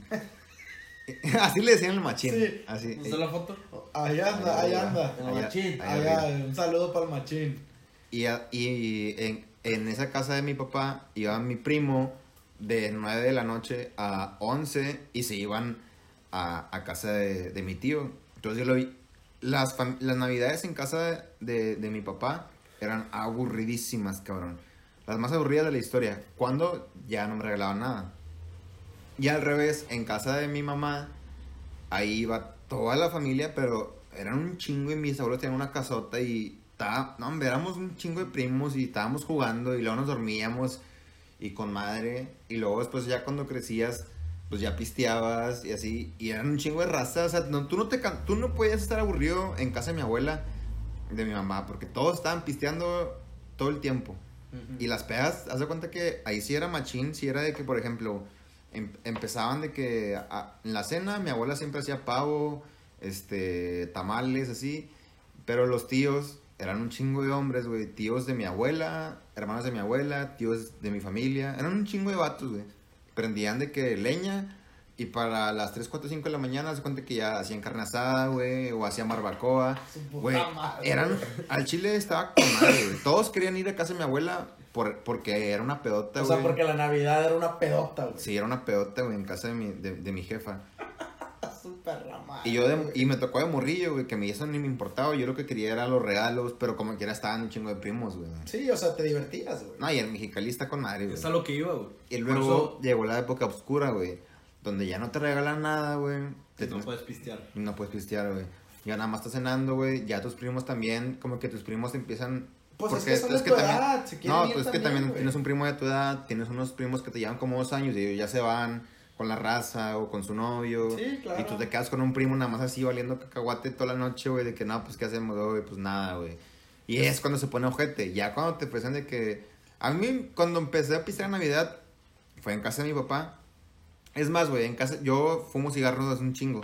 Así le decían el machín. Sí. Así. ¿Viste la foto? Ahí anda, ahí anda. El Allá- machín. allá Allá, arriba. un saludo para el machín. Y, a- y en, en esa casa de mi papá iba mi primo de nueve de la noche a once y se iban a, a casa de, de mi tío. Entonces yo lo vi. Las, fam- las navidades en casa de, de mi papá eran aburridísimas, cabrón. Las más aburridas de la historia. Cuando ya no me regalaban nada. Y al revés, en casa de mi mamá, ahí iba toda la familia, pero eran un chingo y mis abuelos tenían una casota y estaba, no, hombre, éramos un chingo de primos y estábamos jugando y luego nos dormíamos y con madre. Y luego después ya cuando crecías, pues ya pisteabas y así. Y eran un chingo de raza. O sea, no, tú, no te, can- tú no podías estar aburrido en casa de mi abuela, de mi mamá, porque todos estaban pisteando todo el tiempo. Y las pedas, haz de cuenta que ahí sí era machín, sí era de que, por ejemplo, em- empezaban de que a- en la cena mi abuela siempre hacía pavo, este, tamales, así, pero los tíos eran un chingo de hombres, güey, tíos de mi abuela, hermanos de mi abuela, tíos de mi familia, eran un chingo de vatos, güey. Prendían de que leña y para las tres, cuatro, cinco de la mañana, haz de cuenta que ya hacían carne asada, güey, o hacían barbacoa. Su puta Güey, madre. eran, al chile estaba con madre, güey. Todos querían ir a casa de mi abuela por, porque era una pedota, O güey. sea, porque la Navidad era una pedota, güey. Sí, era una pedota, güey, en casa de mi, de, de mi jefa. Súper ramada. Y yo, de- y me tocó de morrillo, güey, que a mí eso ni me importaba. Yo lo que quería era los regalos, pero como quiera estaban un chingo de primos, güey. Sí, o sea, te divertías, güey. No, y el Mexicali está con madre, güey. Es a lo que iba, güey. Y Por luego eso llegó la época oscura, güey, donde ya no te regalan nada, güey. Te no tienes- puedes pistear. no puedes pistear, güey. Ya nada más estás cenando, güey. Ya tus primos también, como que tus primos te empiezan. Pues es que son de tu edad, se quieren No, ir pues es que también, también güey. tienes un primo de tu edad, tienes unos primos que te llevan como dos años y ellos ya se van con la raza o con su novio. Sí, claro. Y tú te quedas con un primo nada más así valiendo cacahuate toda la noche, güey, de que no, pues qué hacemos, güey, pues nada, güey. Y es cuando se pone ojete. Ya cuando te presentan de que. A mí, cuando empecé a pistear Navidad, fue en casa de mi papá. Es más, güey, en casa. Yo fumo cigarros hace un chingo.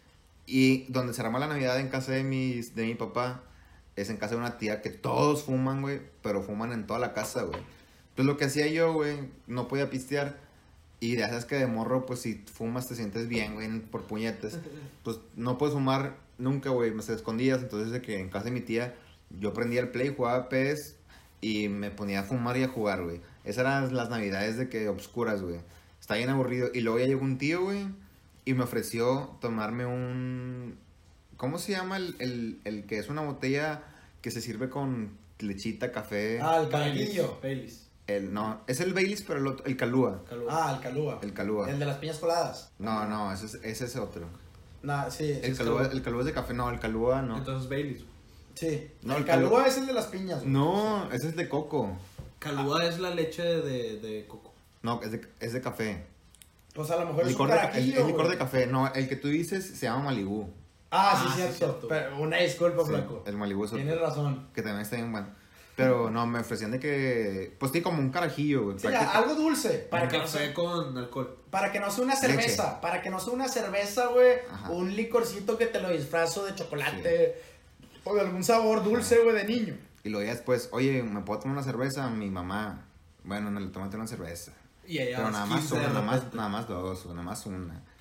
Y donde se arma la Navidad en casa de, mis, de mi papá es en casa de una tía que todos fuman, güey, pero fuman en toda la casa, güey. Entonces lo que hacía yo, güey, no podía pistear. Y ya sabes que de morro, pues si fumas te sientes bien, güey, por puñetes. Pues no puedes fumar nunca, güey, me se escondías. Entonces de que en casa de mi tía yo prendía el play, jugaba P E S y me ponía a fumar y a jugar, güey. Esas eran las Navidades de que obscuras, güey. Está bien aburrido. Y luego ya llegó un tío, güey, y me ofreció tomarme un... ¿Cómo se llama el, el, el que es una botella que se sirve con lechita, café? Ah, el carajillo. Baileys. El, no, es el Baileys, pero el, otro- el Calúa. Calúa. Ah, el calúa. El Calúa. El de las piñas coladas. No, no, ese es, ese es otro. Nah, sí. El sí, Calúa, el Calúa es de café, no, el Calúa no. Entonces Baileys. Sí. No, el el calúa calúa- es el de las piñas, güey. No, ese es de coco. Calúa es la leche de, de coco. No, es de, es de café. Pues a lo mejor es un Licor de, ca- el, carajillo, el licor güey. de café. No, el que tú dices se llama Malibú. Ah, Ah, sí, sí, cierto. cierto. Pero una disculpa, Sí, flaco. el Malibú es otro. Tienes razón. Que también está bien bueno. Pero no, me ofrecían de que... Pues sí, como un carajillo, güey. Sí, práctica- algo dulce. Para Un que, no café sea, con alcohol. para que no sea una cerveza. Leche. Para que no sea una cerveza, güey. Ajá. Un licorcito que te lo disfrazo de chocolate. O de algún sabor dulce, güey, de niño. Y luego ya después, oye, ¿me puedo tomar una cerveza? Mi mamá... Bueno, no le tomaste una cerveza. Y allá Pero vas nada más quince una, de nada más, repente. nada más dos, o nada más una.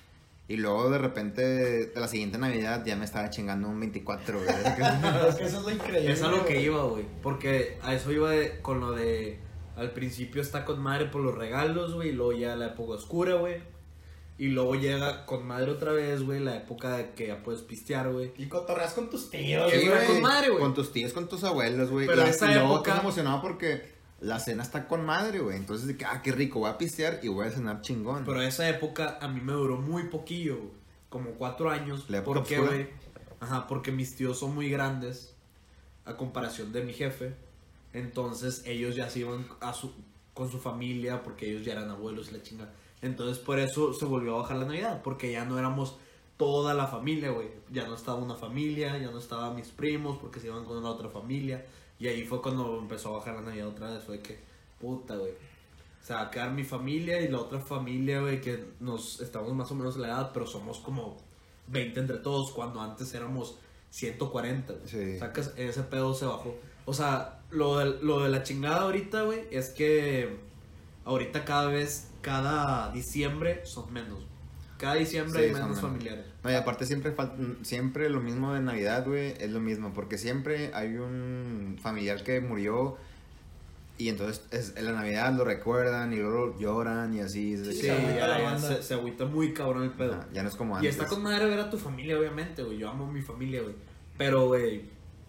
Y luego de repente, de la siguiente Navidad, ya me estaba chingando un veinticuatro, güey. Es que eso es lo increíble. Es a lo que güey. iba, güey. Porque a eso iba de- con lo de. Al principio está con madre por los regalos, güey. Y luego ya la época oscura, güey. Y luego llega con madre otra vez, güey. La época de que ya puedes pistear, güey. Y cotorreas con tus tíos, Sí, güey. güey, con madre, güey. Con tus tíos, con tus abuelos, güey. Pero Y- esa y luego época- estás emocionado porque la cena está con madre, güey. Entonces, de que, ah, qué rico, voy a pistear y voy a cenar chingón. Pero esa época a mí me duró muy poquillo, güey. Como cuatro años. La época ¿Por qué, oscura. güey? Ajá, porque mis tíos son muy grandes. A comparación de mi jefe. Entonces ellos ya se iban a su, con su familia. Porque ellos ya eran abuelos y la chingada. Entonces por eso se volvió a bajar la Navidad. Porque ya no éramos toda la familia, güey. Ya no estaba una familia. Ya no estaban mis primos. Porque se iban con la otra familia. Y ahí fue cuando empezó a bajar la Navidad otra vez. Fue que, puta, güey. O sea, va a quedar mi familia y la otra familia, güey, que nos estamos más o menos en la edad, pero somos como veinte entre todos, cuando antes éramos ciento cuarenta, güey. Sí. Sacas, ese pedo se bajó. O sea, lo de, lo de la chingada ahorita, güey, es que ahorita cada vez, cada diciembre son menos. Cada diciembre Sí, hay son menos menos. familiares. No, y aparte siempre falta, siempre lo mismo de Navidad, güey, es lo mismo, porque siempre hay un familiar que murió y entonces es, en la Navidad lo recuerdan y luego lloran y así. es de Sí, que, se agüita ya, la ya banda. se, se agüita muy cabrón el pedo. ajá, ya no es como Y antes. está con madre ver a tu familia, obviamente, güey. Yo amo a mi familia, güey. Pero, güey,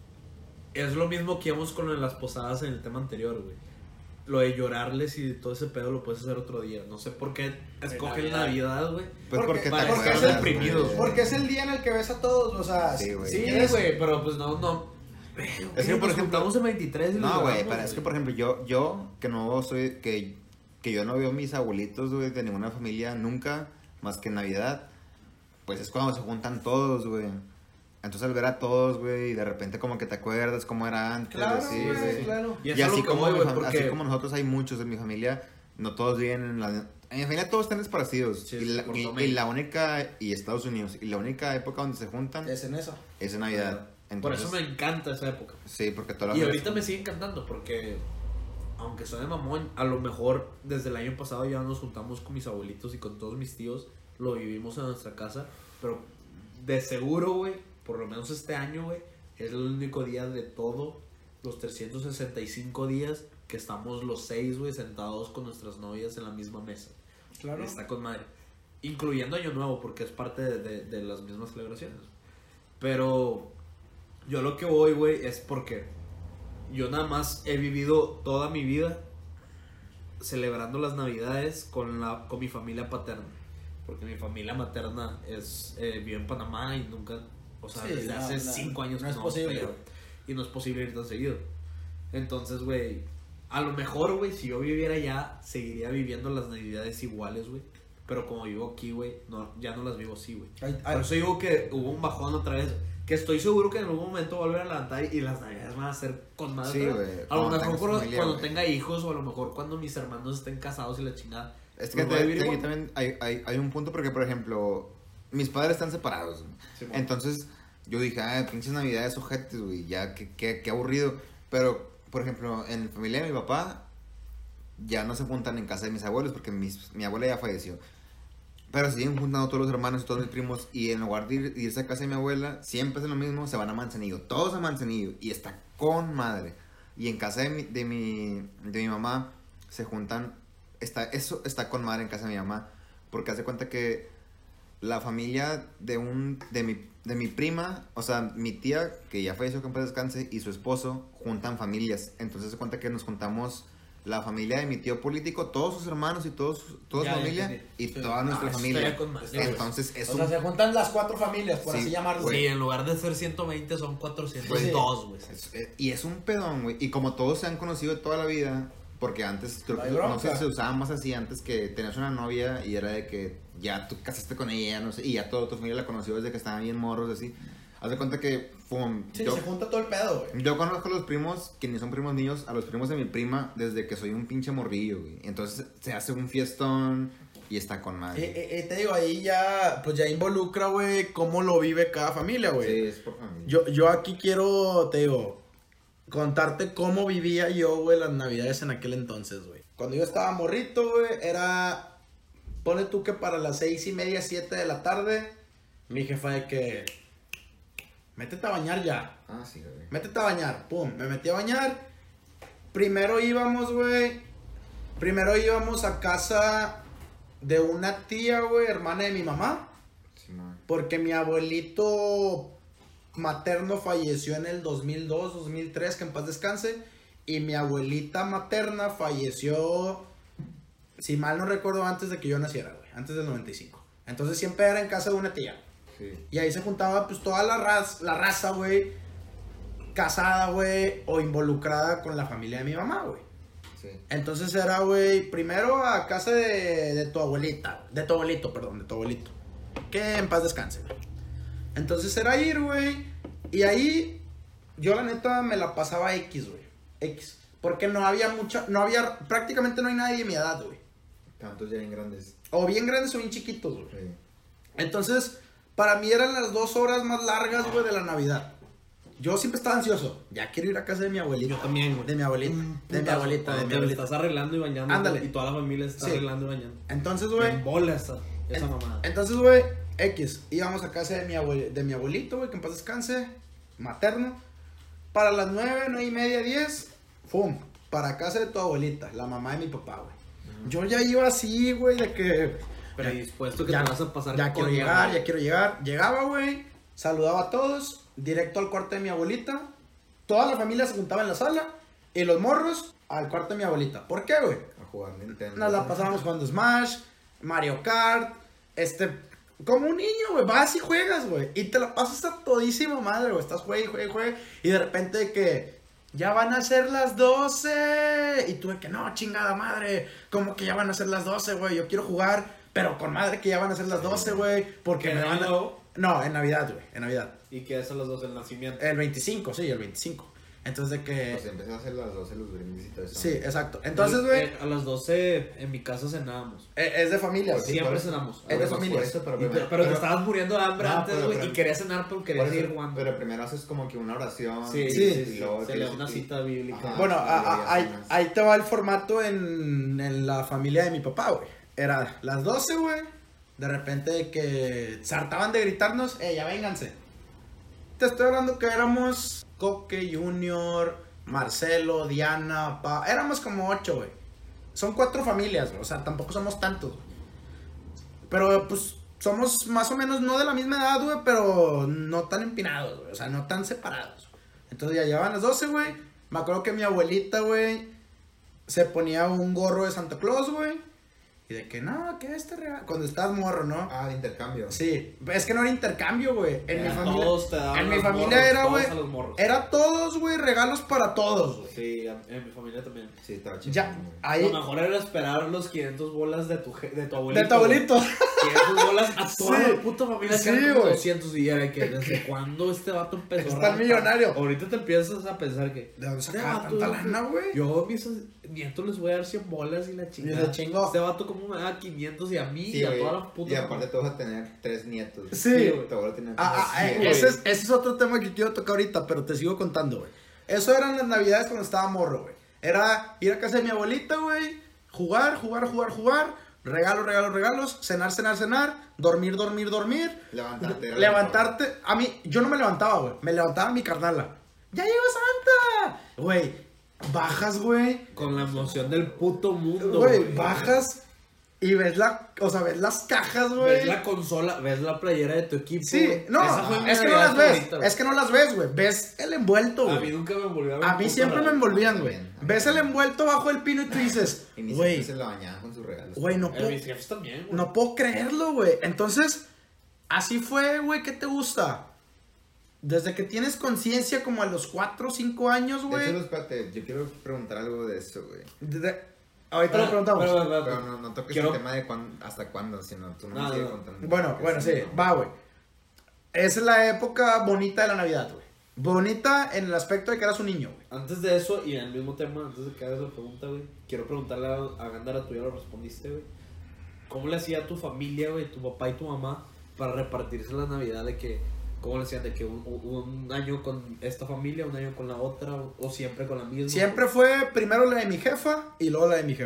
es lo mismo que íbamos con lo de las posadas en el tema anterior, güey. Lo de llorarles y todo ese pedo lo puedes hacer otro día. No sé por qué escogen Navidad. Navidad, güey. Pues Porque- porque, te para acuerdas, estar deprimidos, güey. Porque es el día en el que ves a todos, o sea, Sí, güey. si Sí, quieres- güey, pero pues no, no. Es que, por nos ejemplo- juntamos en veintitrés y lo No, güey, lloramos, pero es que por ejemplo yo, yo que no soy, que, que yo no veo a mis abuelitos, güey, de ninguna familia nunca, más que en Navidad, pues es cuando se juntan todos, güey. Entonces al ver a todos, güey, y de repente como que te acuerdas cómo era antes, Claro, así, güey, güey. claro. Y, es Y a lo así que como, voy, mi güey, fam- porque... así como nosotros hay muchos en mi familia, no todos viven en la... En mi familia todos están desparecidos. Sí, y, la, por y- lo y menos. la única... Y Estados Unidos. Y la única época donde se juntan es, Es en eso. en Navidad. Por Entonces, eso me encanta esa época. sí, porque todas las... Y ahorita me sigue encantando porque, aunque soy de mamón, a lo mejor desde el año pasado ya nos juntamos con mis abuelitos y con todos mis tíos, lo vivimos en nuestra casa, pero de seguro, güey, por lo menos este año, güey, es el único día de todos los trescientos sesenta y cinco días que estamos los seis, güey, sentados con nuestras novias en la misma mesa. Claro. Está con madre. Incluyendo Año Nuevo, porque es parte de, de, de las mismas celebraciones. Pero yo lo que voy, güey, es porque yo nada más he vivido toda mi vida celebrando las Navidades con, la, con mi familia paterna. Porque mi familia materna es, eh, vive en Panamá y nunca, o sea, Sí, desde no, hace no, cinco años no que es no posible. pero- y no es posible ir tan seguido. Entonces, güey, a lo mejor, güey, si yo viviera allá, seguiría viviendo las Navidades iguales, güey. Pero como vivo aquí, güey, no, ya no las vivo así, güey. Ay, ay. Por eso digo que hubo un bajón otra vez. Que estoy seguro que en algún momento va a volver a levantar y las Navidades van a ser con más. Sí, otra güey, vez. A lo cuando mejor tengas cuando, familia, cuando güey. tenga hijos o a lo mejor cuando mis hermanos estén casados y la chingada. Es que pues voy a te- vivir te- igual. también hay, hay, hay un punto porque, por ejemplo, mis padres están separados. güey. Sí, bueno. Entonces, yo dije, ah, pinches navidades ojetes, güey, ya, qué, qué, qué aburrido. Pero, por ejemplo, en la familia de mi papá, ya no se juntan en casa de mis abuelos porque mis, mi abuela ya falleció. Pero se siguen juntando todos los hermanos y todos mis primos. Y en lugar de ir- irse a casa de mi abuela, siempre hacen lo mismo, se van a Manzanillo. Todos a Manzanillo. Y está con madre. Y en casa de mi, de mi, de mi mamá, se juntan. Está, eso está con madre en casa de mi mamá. Porque hace cuenta que la familia de un de mi, de mi prima, o sea, mi tía, que ya falleció, que en paz descanse, y su esposo, juntan familias. Entonces se cuenta que nos juntamos la familia de mi tío político, todos sus hermanos y todos, toda Ya, su ya familia, entendí. y Sí. toda nuestra Ah, familia. estaría con madre, güey. Entonces es O un... sea, se juntan las cuatro familias, por Sí, así llamarlo. güey. Sí, en lugar de ser ciento veinte son cuatrocientos dos, güey. es- eh, y es un pedón, güey. Y como todos se han conocido toda la vida, porque antes, creo No que hay no sé bronca. si se usaba más así antes, que tenías una novia y era de que ya tú casaste con ella, no sé, y ya toda tu familia la conoció desde que estaban bien morros, así. Haz de cuenta que, pum, Sí, yo, se junta todo el pedo, güey. yo conozco a los primos, quienes son primos míos, a los primos de mi prima, desde que soy un pinche morrillo, güey. Entonces se hace un fiestón y está con madre. Eh, eh, eh, te digo, ahí ya, pues ya involucra, güey, cómo lo vive cada familia, güey. Sí, es por familia. Yo, yo aquí quiero, te digo, contarte cómo vivía yo, güey, las navidades en aquel entonces, güey. Cuando yo estaba morrito, güey, era Pone tú que para las seis y media, siete de la tarde, mi jefa de que... Métete a bañar ya. Ah, sí, güey. Métete a bañar. Pum, me metí a bañar. Primero íbamos, güey. Primero íbamos a casa de una tía, güey, hermana de mi mamá. Sí, man. Porque mi abuelito materno falleció en el dos mil dos, dos mil tres, que en paz descanse. Y mi abuelita materna falleció, si mal no recuerdo, antes de que yo naciera, güey. Antes del noventa y cinco. Entonces siempre era en casa de una tía. Sí. Y ahí se juntaba pues toda la raza, la raza, güey, casada, güey, o involucrada con la familia de mi mamá, güey. Sí. Entonces era, güey, primero a casa de, de tu abuelita, de tu abuelito, perdón, de tu abuelito. Que en paz descanse, güey. Entonces era ir, güey, y ahí yo la neta me la pasaba X, güey, X. Porque no había mucha, no había, prácticamente no hay nadie de mi edad, güey. Tantos ya bien grandes. O bien grandes o bien chiquitos, güey. Sí. Entonces, para mí eran las dos horas más largas, güey, de la Navidad. Yo siempre estaba ansioso. Ya quiero ir a casa de mi abuelito. Yo también, güey. De mi abuelita. De mi abuelita, de mi Te abuelita. estás arreglando y bañando. Ándale. Y toda la familia se está Sí. arreglando y bañando. Entonces, güey. En bola esa, esa en- mamada. Entonces, güey, X. Íbamos a casa de mi, abue- de mi abuelito, güey, que en paz descanse. Materno. Para las nueve, nueve y media, diez. Fum. Para casa de tu abuelita, la mamá de mi papá, güey. Yo ya iba así, güey, de que... Predispuesto que ya, te vas a pasar ya con quiero la- llegar, ya quiero llegar. Llegaba, güey, saludaba a todos, directo al cuarto de mi abuelita. Toda la familia se juntaba en la sala y los morros al cuarto de mi abuelita. ¿Por qué, güey? A jugar Nintendo. Nos la pasábamos jugando Smash, Mario Kart, este... Como un niño, güey, vas y juegas, güey. Y te la pasas a todísima madre, güey. Estás juegue, juegue, juegue. Y de repente de que... Ya van a ser las doce. Y tú de que no, chingada madre. Como que ya van a ser las doce, güey. Yo quiero jugar, pero con madre que ya van a ser las doce, güey. Porque ¿En me van a... año? No, en Navidad, güey. En Navidad. Y que es a los dos del nacimiento. El veinticinco, sí, el veinticinco. Entonces de que... Pues empecé a hacer las doce los brindis y todo eso. Sí, exacto. Entonces, güey, Eh, a las doce en mi casa cenábamos. eh, es de familia, Pues güey. sí, Siempre por eso- cenamos. Es de Por familias. eso, pero Y- primero- pero, pero te pero- estabas muriendo de hambre No, antes, pero- güey, pero- y querías cenar, pero por querías eso- seguir jugando. Pero primero haces como que una oración. Sí, Sí. sí, sí, y luego se te- le da una cita bíblica. Ajá. Bueno, sí, a- ya a- ahí, cenas. ahí te va el formato en, en la familia de mi papá, güey. Era las doce, güey. De repente de que se hartaban de gritarnos, eh, ya vénganse. Te estoy hablando que éramos Coque, Junior, Marcelo, Diana, Pa. Éramos como ocho, güey. Son cuatro familias, güey. O sea, tampoco somos tantos, güey. Pero, pues, somos más o menos no de la misma edad, güey, pero no tan empinados, güey. O sea, no tan separados. Entonces ya llevaban las doce, güey. Me acuerdo que mi abuelita, güey, se ponía un gorro de Santa Claus, güey. Y de que, no, ¿qué es este regalo? Cuando estás morro, ¿no? Ah, de intercambio. Sí, es que no era intercambio, güey. En mi Era familia, todos te daban en mi los familia morros, era, todos güey, a los morros. era todos, güey, regalos para todos, güey. Sí, en mi familia también. Sí, estaba chido. Ya, güey. ahí, Lo mejor era esperar los quinientos bolas de tu, je- de tu abuelito. de tu abuelito. güey. quinientos bolas a toda Sí. la puta familia. Sí, que eran como güey. doscientos y era que desde cuándo este vato empezó Está a rapar? millonario. Ahorita te empiezas a pensar que... ¿De dónde este sacaba vato, tanta lana, güey? Yo a mis nietos les voy a dar cien bolas y la chingada. se chingó. Este vato como me da quinientos y a mí Sí, y a güey. toda la puta Y aparte familia. tú vas a tener tres nietos. Sí. güey. Tu abuelo tenía como Ah, ah, cien, eh, güey. ese, es, ese es otro tema que quiero tocar ahorita, pero te sigo contando, güey. Eso eran las navidades cuando estaba morro, güey. Era ir a casa de mi abuelita, güey. Jugar, jugar, jugar, jugar. Regalos, regalos, regalos. Cenar, cenar, cenar. Dormir, dormir, dormir. Levantarte. era Levantarte. A mí, yo no me levantaba, güey. Me levantaba mi carnala. ¡Ya llegó Santa! Güey, bajas, güey. Con la emoción del puto mundo, Güey, bajas y ves la, o sea, ves las cajas, güey. Ves la consola, ves la playera de tu equipo. Sí, güey. no, Esa fue mi es que no Navidad las ves, favorita, güey. es que no las ves, güey. Ves el envuelto, A mí güey. nunca me envolvieron. A mí siempre me envolvían, güey. Ves el envuelto bajo el pino y tú dices, Y ni güey, siquiera se la bañaban con sus regalos. güey, no A puedo, mis jefes también, güey. no puedo creerlo, güey. Entonces, así fue, güey, ¿qué te gusta? Desde que tienes conciencia como a los cuatro o cinco años, De hecho, güey. espérate, yo quiero preguntar algo de eso, güey. de- Ahorita lo Pero- preguntamos. pero- pero- Pero no, no toques Quiero- el tema de cuán- hasta cuándo, sino tú no No, me sigues no. contando. Bueno, Porque bueno, si sí, no- va, güey. Es la época bonita de la Navidad, güey. Bonita en el aspecto de que eras un niño, güey. Antes de eso, y en el mismo tema, antes de que hagas la pregunta, güey, quiero preguntarle a, a Gándara, tú ya lo respondiste, güey. ¿Cómo le hacía a tu familia, güey, tu papá y tu mamá, para repartirse la Navidad de que, cómo le hacían de que un, un año con esta familia, un año con la otra, o, o siempre con la misma? Siempre fue primero la de mi jefa y luego la de mi jefe.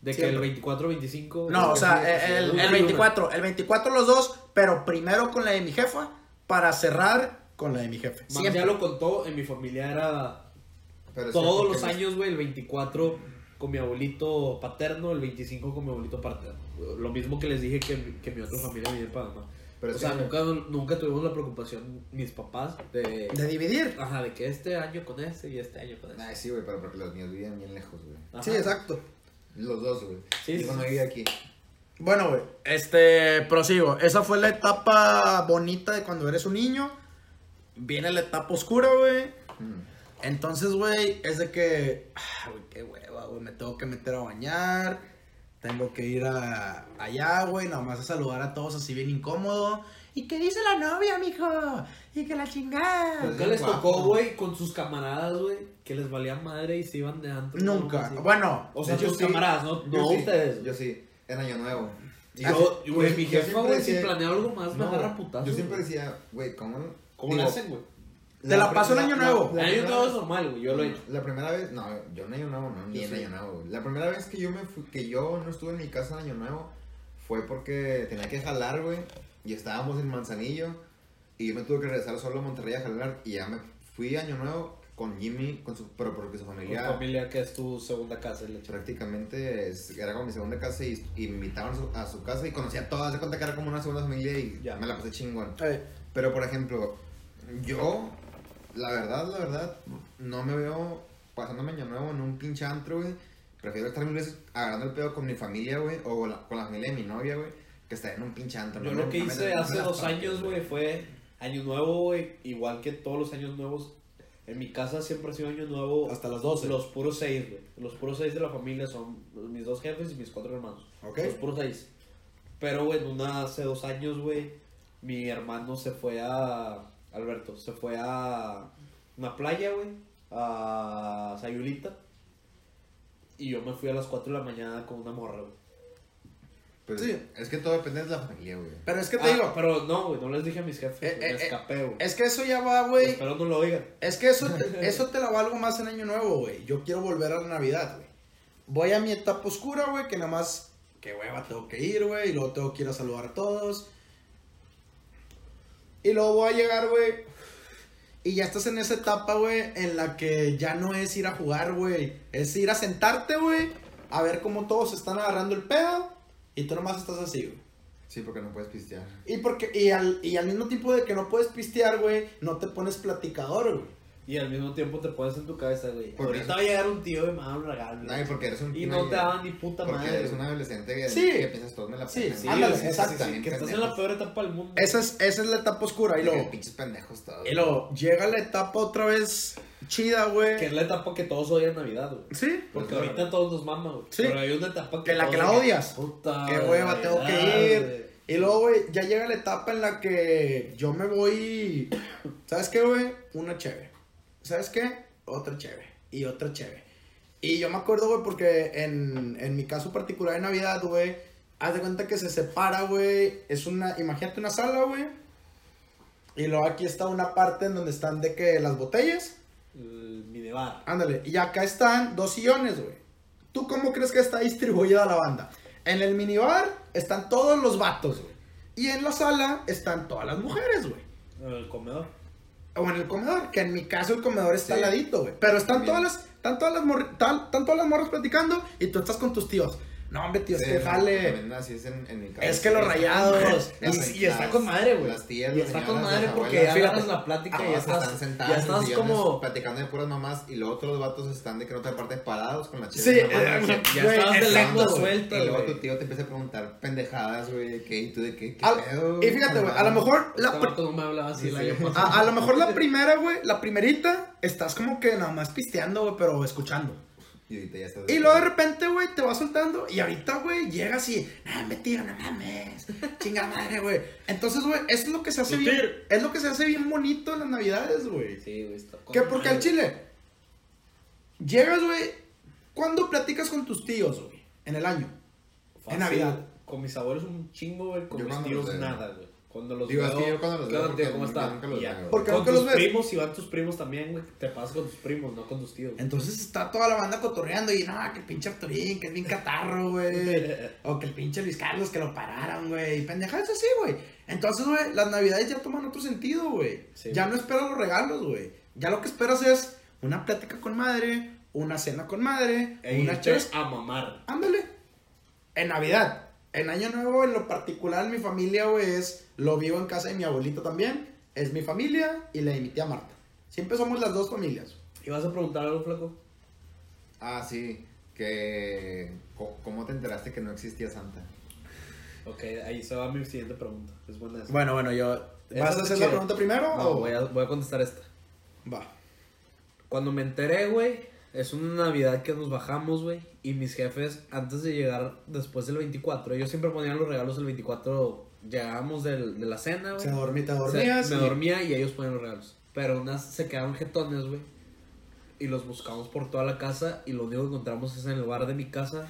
De que Siempre. el veinticuatro, veinticinco... No, o sea, el, el, una el y veinticuatro, el veinticuatro los dos, pero primero con la de mi jefa para cerrar con la de mi jefe. una. Más Siempre. ya lo contó, en mi familia era Pero es todos que los porque años, güey, el veinticuatro con mi abuelito paterno, el veinticinco con mi abuelito paterno. Lo mismo que les dije que, mi- que mi otra familia vive en Panamá. Pero o es sea, que- nunca, nunca tuvimos la preocupación, mis papás, de... De dividir. Ajá, de que este año con este y este año con este. Ay, sí, güey, pero porque los míos vivían bien lejos, güey. Ajá. Sí, exacto. Los dos, güey. Sí, Yo sí, cuando sí. vivía aquí. Bueno, güey, este, prosigo. Esa fue la etapa bonita de cuando eres un niño. Viene la etapa oscura, güey. Mm. Entonces, güey, es de que, ah, güey, qué hueva, güey, me tengo que meter a bañar, tengo que ir a allá, güey, nada más a saludar a todos así bien incómodo. ¿Y qué dice la novia, mijo? Y que la chingada. Pues, Nunca les guapo. tocó, güey, con sus camaradas, güey, que les valía madre y se iban de antro. Nunca. ¿no? Así. Bueno, O sea, Yo tus sí. camaradas, ¿no? Yo No sí, ustedes. Yo sí, en Año Nuevo. Y Yo, yo- güey, yo- mi yo jefa, siempre güey, si decía- planea algo más, me No, agarra putazo. Yo siempre decía, güey, ¿cómo? ¿Cómo digo, le hacen, güey? Te la paso en Año Nuevo. El año primera nuevo es vez- normal, güey, yo lo he hecho. La primera vez, no, yo en Año Nuevo no, ni Yo en sí. Año Nuevo. Güey. La primera vez que yo me fui, que yo no estuve en mi casa en Año Nuevo fue porque tenía que jalar, güey, y estábamos en Manzanillo y yo me tuve que regresar solo a Monterrey a jalar y ya me fui a Año Nuevo con Jimmy, con su, pero porque su Con familia tu familia, que es tu segunda casa, el hecho. prácticamente es- era como mi segunda casa y, y me invitaban a su, a su casa y conocía a todas, de cuenta que era como una segunda familia y Ya. me la pasé chingón. eh, Pero por ejemplo, yo, la verdad, la verdad, no me veo pasándome Año Nuevo en un pinche antro, güey. Prefiero estar mil veces agarrando el pedo con mi familia, güey, o la- con la familia de mi novia, güey, que estar en un pinche antro. Yo No lo me- que no me- hice no me hace las dos partes, años, güey, fue año nuevo, güey, igual que todos los años nuevos. En mi casa siempre ha sido año nuevo. Hasta las doce. Los puros seis, güey. Los puros seis de la familia son mis dos jefes y mis cuatro hermanos. Ok. Los puros seis. Pero, güey, en una hace dos años, güey, mi hermano se fue a... Alberto, se fue a una playa, güey, a Sayulita. Y yo me fui a las cuatro de la mañana con una morra, güey. Pues, Sí. es que todo depende de la familia, güey. pero es que te Ah, digo, pero no, güey, no les dije a mis jefes, Eh, güey, me eh, escapé, güey. es que eso ya va, güey. Espero no lo oigan. Es que eso te, eso te la valgo más en Año Nuevo, güey. Yo quiero volver a la Navidad, güey. Voy a mi etapa oscura, güey, que nada más, que hueva, tengo que ir, güey. Y luego tengo que ir a saludar a todos. Y luego voy a llegar, güey. Y ya estás en esa etapa, güey, en la que ya no es ir a jugar, güey. Es ir a sentarte, güey, a ver cómo todos están agarrando el pedo. Y tú nomás estás así, güey. Sí, porque no puedes pistear. Y, porque, y, al, y al mismo tiempo de que no puedes pistear, güey, no te pones platicador, güey. Y al mismo tiempo te pones en tu cabeza, güey. Porque Ahorita es- va a llegar un tío y me va a dar un regalo. No, y porque eres un Y no te daban ni puta Porque madre. eres un güey. adolescente que, Sí. que piensas todos me la Sí, pelan. Sí, Ándale, güey, sí, exacto. sí, sí, que estás en la peor etapa del mundo. Esa es, esa es la etapa oscura. Y De que luego, pinches pendejos todos. y luego llega la etapa otra vez chida, güey. Que es la etapa que todos odian Navidad, güey. Sí. Porque Pues, ahorita todos nos maman, güey. Sí. Pero hay una etapa que. Que la que todos la de odias. Puta. Qué hueva, tengo que Navidad, ir. güey. Y luego, güey, ya llega la etapa en la que yo me voy. ¿Sabes qué, güey? Una cheve. ¿Sabes qué? Otra cheve. Y otra cheve. Y yo me acuerdo, güey, porque en, en mi caso particular de Navidad, güey, haz de cuenta que se separa, güey. Es una. Imagínate una sala, güey. Y luego aquí está una parte en donde están de que las botellas. El minibar. Ándale. Y acá están dos sillones, güey. ¿Tú cómo crees que está distribuida la banda? En el minibar están todos los vatos, güey. Y en la sala están todas las mujeres, güey. El comedor. O en el comedor, que en mi caso el comedor está Sí. al ladito, güey. Pero están También. todas las, están todas las morri- están, están todas las morras platicando y tú estás con tus tíos. No, hombre, tío, es Sí, que no, jale. también así es en, en mi casa. Es que los Está con rayados. madre. Y, Las- y está las- con madre, güey. Las tías, Y las está señoras, con madre las porque abuelas, ya fíjate. agarras la plática y ya Todos estás, están sentados ya en estás sillones como... platicando de puras mamás y luego otros vatos están de que en otra parte parados con la chica. Sí, en la mano, eh, así. Ya güey, estás de exacto, lengua güey. suelta, Y luego güey. tu tío te empieza a preguntar pendejadas, güey, de qué, y tú de qué, qué Al- pedo. y fíjate, güey, a lo mejor la, Este pr- vato no me hablaba así el Sí, año sí. pasado. a, a lo mejor la primera, güey, la primerita, estás como que nada más pisteando, güey, pero escuchando. Y ahorita ya estás. Y luego de repente, güey, te vas soltando y ahorita, güey, llegas y, ah, me tiro, no mames, chinga madre, güey. Entonces, güey, eso es lo que se hace Tu bien, tiro. es lo que se hace bien bonito en las Navidades, güey. Sí, güey, está con Que porque al madre. chile, llegas, güey, ¿cuándo platicas con tus tíos, güey? En el año. Fácil, en Navidad. güey. Con mis abuelos un chingo, güey. Con Yo mis cuando tíos los veo. nada, güey. Cuando los Digo, veo, es que yo cuando los ¿qué veo, onda, tío? porque ¿Cómo yo está? nunca los Y ya. veo. ¿Por qué Con nunca tus los ves? primos, si van tus primos también, güey, te pasas con tus primos, no con tus tíos. Entonces está toda la banda cotorreando y no, que el pinche Arturín, que es bien catarro, güey. O que el pinche Luis Carlos que lo pararon, güey. Y pendejadas así, güey. Entonces, güey, las navidades ya toman otro sentido, güey. Sí, ya güey. no esperas los regalos, güey. Ya lo que esperas es una plática con madre, una cena con madre, E una irte chela. a mamar. Ándale. En Navidad. En Año Nuevo, en lo particular, mi familia, güey, es... Lo vivo en casa de mi abuelito también. Es mi familia y la de mi tía Marta. Siempre somos las dos familias. ¿Y vas a preguntar algo, flaco? Ah, sí, que... co- ¿Cómo te enteraste que no existía Santa? Ok, ahí se va mi siguiente pregunta. Es buena esa. Bueno, bueno, yo... Esa ¿Vas es a hacer chida. la pregunta primero No, o...? voy a, voy a contestar esta. Va. Cuando me enteré, güey, es una Navidad que nos bajamos, güey, y mis jefes, antes de llegar después del veinticuatro, ellos siempre ponían los regalos el veinticuatro, llegábamos del, de la cena, güey. Se dormí, te O sea, dormías. me y- dormía y ellos ponían los regalos. Pero unas se quedaron jetones, güey. Y los buscamos por toda la casa y lo único que encontramos es en el bar de mi casa.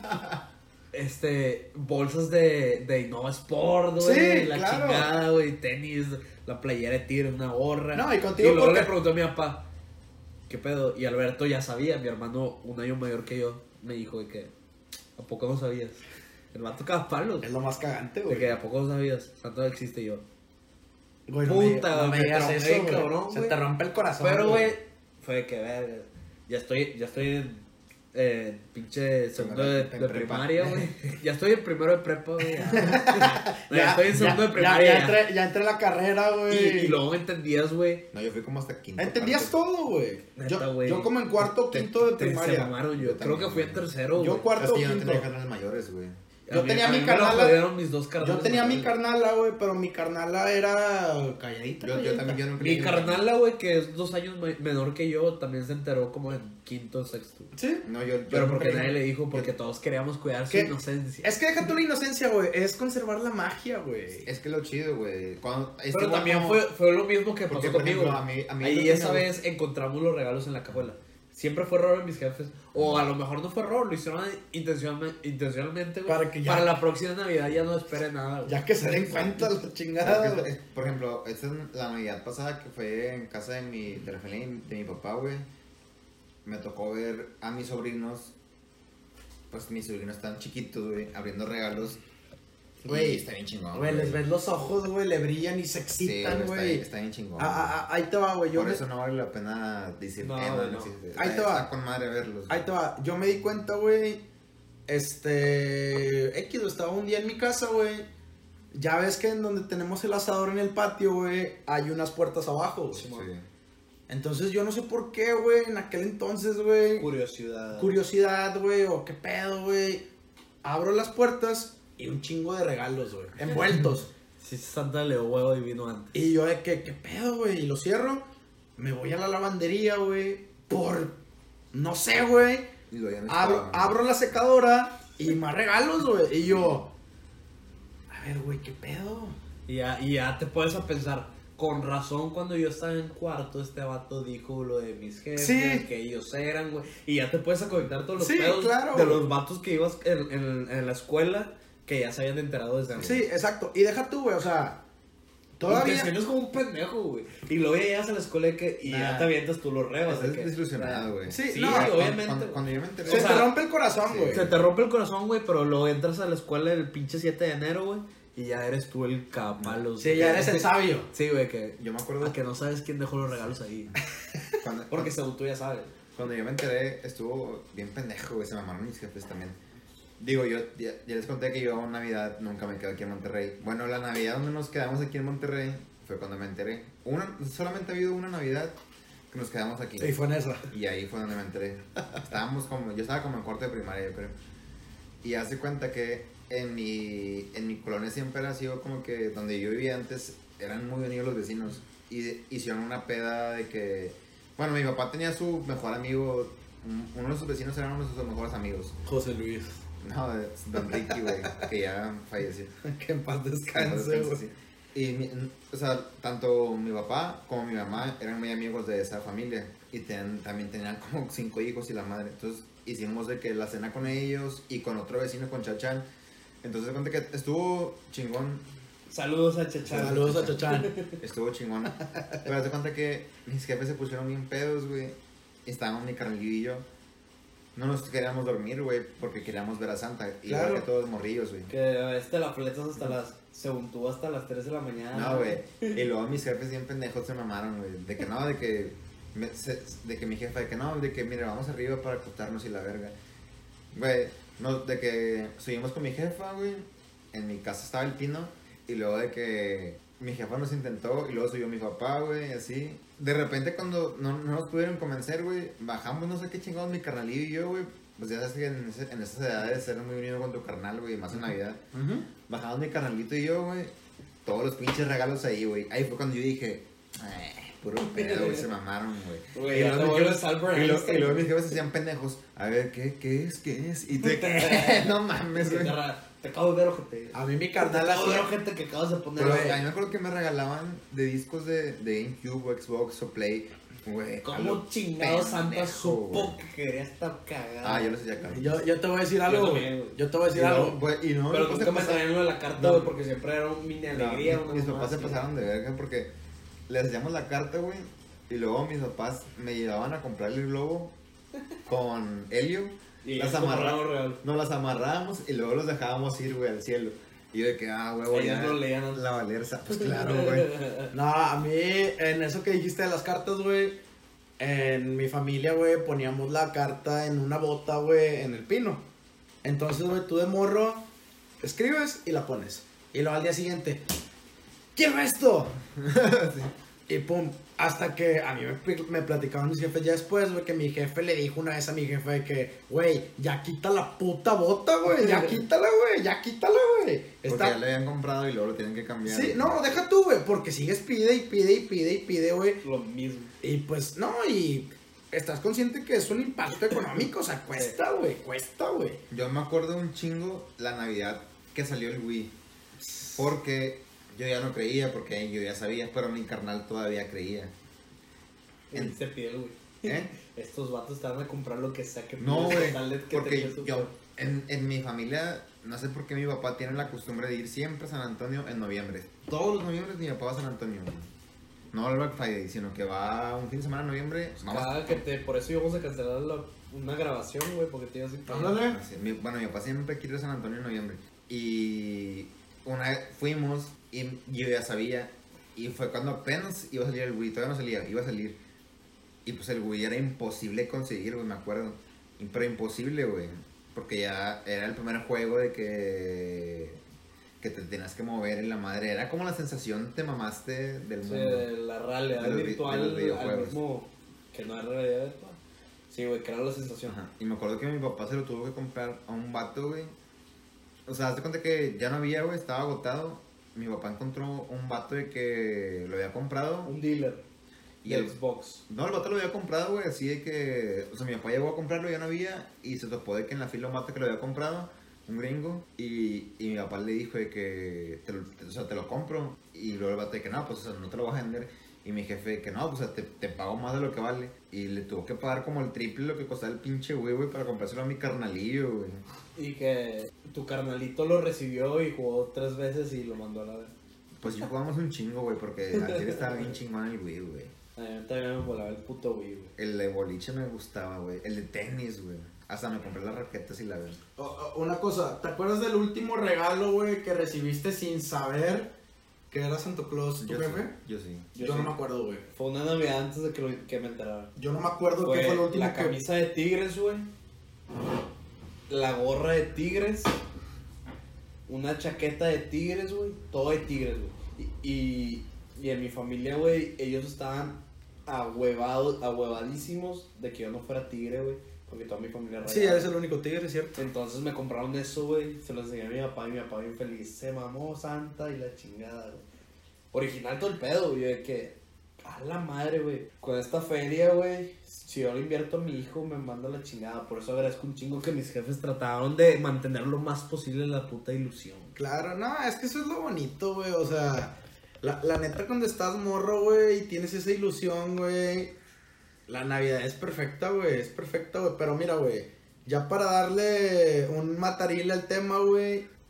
Este, bolsas de, de Innova Sport, güey, Sí, la claro. chingada, güey, tenis, la playera de tigre, una gorra. No, y contigo luego porque- le preguntó a mi papá, ¿qué pedo? Y Alberto ya sabía, mi hermano, un año mayor que yo, me dijo de que, ¿a poco no sabías? El vato cada palos. Es lo más cagante, De güey. que, ¿a poco no sabías? Santo existe yo. Güey, no me- Puta, no me me digas traumé, eso, güey. cabrón, Se güey. te rompe el corazón. Pero, güey, fue de que, verga, ya estoy, ya estoy en, eh, pinche segundo de, En de prepa. primaria, güey. Ya estoy en primero de prepa, güey. Ya, No, ya estoy en segundo de ya, primaria. ya ya. entré, ya entré en la carrera, Y, güey. y luego me entendías, güey. No, yo fui como hasta quinto. Entendías cuarto. todo, güey. Neta, Yo, güey. yo como en cuarto, Te- quinto de Te- Se primaria. mamaron, yo. Yo Creo también, que fui en güey. tercero, Yo güey. cuarto Es o que yo no quinto. tenía canales mayores, güey. Yo A mí- tenía a mi mí me lo carnala- jodieron mis dos Yo carnalas. tenía mi güey. carnala, güey, pero mi carnala era calladita. Yo, yo calladita. también yo nunca Mi tenía- carnala, güey, que es dos años me- menor que yo, también se enteró como en quinto o sexto. Sí. No, yo, yo Pero nunca- porque nadie le dijo, porque todos queríamos cuidar su ¿Qué? inocencia. Es que deja tú la inocencia, güey. Es conservar la magia, güey. Es que lo chido, güey. Cuando- es Pero igual también como- fue, fue lo mismo que Porque, pasó por conmigo. ejemplo, a mí- a mí lo Ahí que esa me- vez encontramos los regalos en la cajuela. Siempre fue error de mis jefes. O a lo mejor no fue error, lo hicieron intencionalmente, intencionalmente güey, Para que ya- para la próxima Navidad ya no espere nada, güey. Ya que se den cuenta la chingada, Es que, güey. es- por ejemplo, esta es la Navidad pasada que fue en casa de mi, de la familia de mi papá, güey. Me tocó ver a mis sobrinos, pues mis sobrinos están chiquitos, güey, abriendo regalos. Güey, Y está bien chingón. Güey, les ves los ojos, güey, le brillan y se Sí, excitan, güey, güey. está, está bien chingón. Ah, ah, ah, ahí te va, güey. Yo Por me- eso no vale la pena decir No, eh, no, güey, no no. existe. Ahí te Está va. con madre verlos. Ahí te va. Yo me di cuenta, güey. Este. X, estaba un día en mi casa, güey. Ya ves que en donde tenemos el asador en el patio, güey, hay unas puertas abajo, güey. Sí. Entonces yo no sé por qué, güey, en aquel entonces, güey. Curiosidad. Curiosidad, güey, o qué pedo, güey. Abro las puertas y un chingo de regalos, güey. Envueltos. Sí, Santa le dio huevo y vino antes. Y yo de que, ¿qué pedo, güey? Y lo cierro. Me voy a la lavandería, güey. Por. No sé, güey. Y lo habían Abro, estado, abro la secadora y más regalos, güey. Y yo. A ver, güey, ¿qué pedo? Y ya, y ya te puedes a pensar, con razón cuando yo estaba en cuarto, este vato dijo lo de mis jefes, Sí. que ellos eran, güey. Y ya te puedes a conectar todos los Sí, pedos claro, de güey. los vatos que ibas en, en, en la escuela, que ya se habían enterado desde antes. Sí, exacto. Y deja tú, güey, o sea. Y te Todavía. sientes como un pendejo, güey. Y luego ya llegas a la escuela y, que, y Nah. ya te avientas tú los rebas. Estás de que- desilusionado, güey. Sí, Sí, no, güey, Cuando- obviamente. Cuando, cuando yo me enteré. Se o sea, te rompe el corazón, sí, güey. Se te rompe el corazón, güey, pero luego entras a la escuela el pinche siete de enero, güey, y ya eres tú el cagapalos. Sí, ya eres el sabio. Sí, güey, que, Yo me acuerdo a que no sabes quién dejó los regalos ahí. cuando, Porque según tú ya sabes. Cuando yo me enteré, estuvo bien pendejo, güey. Se me mamaron mis jefes también. Digo, yo ya, ya les conté que yo Navidad nunca me quedo aquí en Monterrey. Bueno, la Navidad donde nos quedamos aquí en Monterrey fue cuando me enteré. Una, solamente ha habido una Navidad que nos quedamos aquí. Y fue en esa. Y ahí fue donde me enteré. Estábamos como, yo estaba como en cuarto de primaria, yo creo. Y hace cuenta que en mi, en mi colonia siempre ha sido como que donde yo vivía antes eran muy unidos los vecinos. Y de- hicieron una peda de que, bueno, mi papá tenía su mejor amigo, un- uno de sus vecinos era uno de sus mejores amigos. José Luis. No, es Don Ricky, güey, que ya falleció. Que en paz descanse, Entonces, güey. sí. Y, mi- o sea, tanto mi papá como mi mamá eran muy amigos de esa familia. Y ten- también tenían como cinco hijos y la madre. Entonces hicimos de que la cena con ellos y con otro vecino, con Chachán. Entonces, cuenta que estuvo chingón. Saludos a Chachán. Saludos a Chachán. Estuvo chingón. Pero haz de cuenta que mis jefes se pusieron bien pedos, güey. Y estábamos mi carnalillo y yo. No nos queríamos dormir, güey, porque queríamos ver a Santa. Igual Claro. que todos morrillos, güey. Que este la fletas hasta las. Según tú, hasta las tres de la mañana. No, güey. Y luego mis jefes bien pendejos se mamaron, güey. De que no, de que. me- se- de que mi jefa, de que no, de que mire, vamos arriba para acostarnos y la verga. Güey, no, de que subimos con mi jefa, güey. En mi casa estaba el pino. Y luego de que mi jefa nos intentó. Y luego subió mi papá, güey, así. De repente, cuando no, no nos pudieron convencer, güey, bajamos, no sé qué chingados, mi carnalillo y yo, güey. Pues ya sabes que en, ese, en esas edades de ser muy unido con tu carnal, güey, más en Navidad. Ujú. Bajamos mi carnalito y yo, güey. Todos los pinches regalos ahí, güey. Ahí fue cuando yo dije, "Eh, puro pedo, güey, se mamaron, güey. Güey, Y ya te luego mis vuelves jefes- Albert y luego- Einstein. y luego mis jefes se hacían pendejos. A ver, ¿qué, qué es? ¿Qué es? Y tú de que, no mames, Que güey. te, ra- te acabo de ver, ojete. A mí mi Te carnal acabo de ver, hacía... ojete, que acabas de poner. Pero güey. a mí me acuerdo que me regalaban de discos de, de GameCube o Xbox o Play. Güey, a ¿Cómo lo chingado Santa pendejo, supo güey. que quería estar cagado? Ah, yo lo hacía acá. Yo, yo te voy a decir algo, Yo güey. también, güey. Yo te voy a Y decir no, algo. güey, y no, Pero mis nunca papás me se traían lo de la carta, No. güey, porque siempre era un mini No, alegría. mis, una mis mamá papás se así. pasaron de verga porque les hacíamos la carta, güey. Y luego mis papás me llevaban a comprarle el globo con helio. Y las ellos compraron amarrábamos, regalo. nos las amarrábamos y luego los dejábamos ir, güey, al cielo. Y yo de que, ah, güey, Ellos ya no leían antes. la valerza. Pues claro, güey. No, a mí, en eso que dijiste de las cartas, güey, en mi familia, güey, poníamos la carta en una bota, güey, en el pino. Entonces, güey, tú de morro escribes y la pones. Y luego al día siguiente, quiero esto. Y pum, hasta que a mí me, me platicaban mis jefes ya después, güey, que mi jefe le dijo una vez a mi jefe de que, güey, ya quita la puta bota, güey, ya quítala, güey, ya quítala, güey. Porque Está... ya le habían comprado y luego lo tienen que cambiar. Sí, güey. no, deja tú, güey, porque sigues pide y pide y pide y pide, güey. Lo mismo. Y pues, no, y estás consciente que es un impacto económico, o sea, cuesta, güey, cuesta, güey. Yo me acuerdo un chingo la Navidad que salió el Wii. Porque yo ya no creía, porque yo ya sabía, pero mi carnal todavía creía. En se pide, güey. ¿Eh? Estos vatos te van a comprar lo que sea que No, pidas, güey, con tal de que te porque quede su- yo, en, en mi familia, no sé por qué mi papá tiene la costumbre de ir siempre a San Antonio en noviembre. Todos los noviembres mi papá va a San Antonio, güey. No al Black Friday, sino que va un fin de semana en noviembre. Vamos Cada que te, por eso íbamos a cancelar la- una grabación, güey, porque te ibas a ir para allá. Ándale. Así, mi- bueno, mi papá siempre quiere ir a San Antonio en noviembre. Y una vez fuimos y yo ya sabía. Y fue cuando apenas iba a salir el Wii. Todavía no salía, iba a salir. Y pues el Wii era imposible conseguir, güey, me acuerdo. Y- Pero imposible, güey. Porque ya era el primer juego de que... que te tenías que mover en la madre. Era como la sensación te mamaste del Sí, mundo. de la realidad De los vi- virtual de los al videojuegos. mismo que no es realidad virtual. Sí, güey, que era la sensación. Ajá. Y me acuerdo que mi papá se lo tuvo que comprar a un vato, güey. O sea, hazte cuenta que ya no había, güey, estaba agotado. Mi papá encontró un vato de que lo había comprado. Un dealer Y de el, Xbox. no, el vato lo había comprado, güey, así de que... O sea, mi papá llegó a comprarlo, ya no había. Y se topó de que en la fila un vato que lo había comprado, un gringo. Y, y mi papá le dijo de que, te lo, o sea, te lo compro. Y luego el vato de que no, pues, o sea, no te lo vas a vender. Y mi jefe que no, pues, o sea, te, te pago más de lo que vale. Y le tuvo que pagar como el triple de lo que costaba el pinche güey, güey, para comprárselo a mi carnalillo, güey. Y que tu carnalito lo recibió y jugó tres veces y lo mandó a la vez. Pues yo jugamos un chingo, güey, porque ayer estaba bien chingón el Wii, güey. A mí también me volaba el puto Wii, güey. El de boliche me gustaba, güey. El de tenis, güey. Hasta me compré las raquetas y la verdad. O- o- Una cosa, ¿te acuerdas del último regalo, güey, que recibiste sin saber que era Santa Claus tu Yo jefe? sí, yo sí. Yo, Yo no sí. me acuerdo, güey. Fue una Navidad antes de que, lo- que me enterara. Yo no me acuerdo Fue qué fue lo último la que... camisa de tigres, güey. La gorra de tigres. Una chaqueta de tigres, güey. Todo de tigres, güey. Y, y, y en mi familia, güey, ellos estaban ahuevados, ahuevadísimos de que yo no fuera tigre, güey. Porque toda mi familia era Sí, rayada. eres el único tigre, ¿cierto? Entonces me compraron eso, güey. Se lo enseñé a mi papá y mi papá bien feliz. Se mamó Santa y la chingada, güey. Original todo el pedo, güey. De que, a la madre, güey. Con esta feria, güey. Si yo le invierto a mi hijo, me manda la chingada. Por eso agradezco un chingo que mis jefes trataron de mantener lo más posible la puta ilusión. Claro, no, es que eso es lo bonito, güey, o sea, la, la neta cuando estás morro, güey, y tienes esa ilusión, güey, la Navidad es perfecta, güey, es perfecta, güey, pero mira, güey, ya para darle un matarile al tema, güey,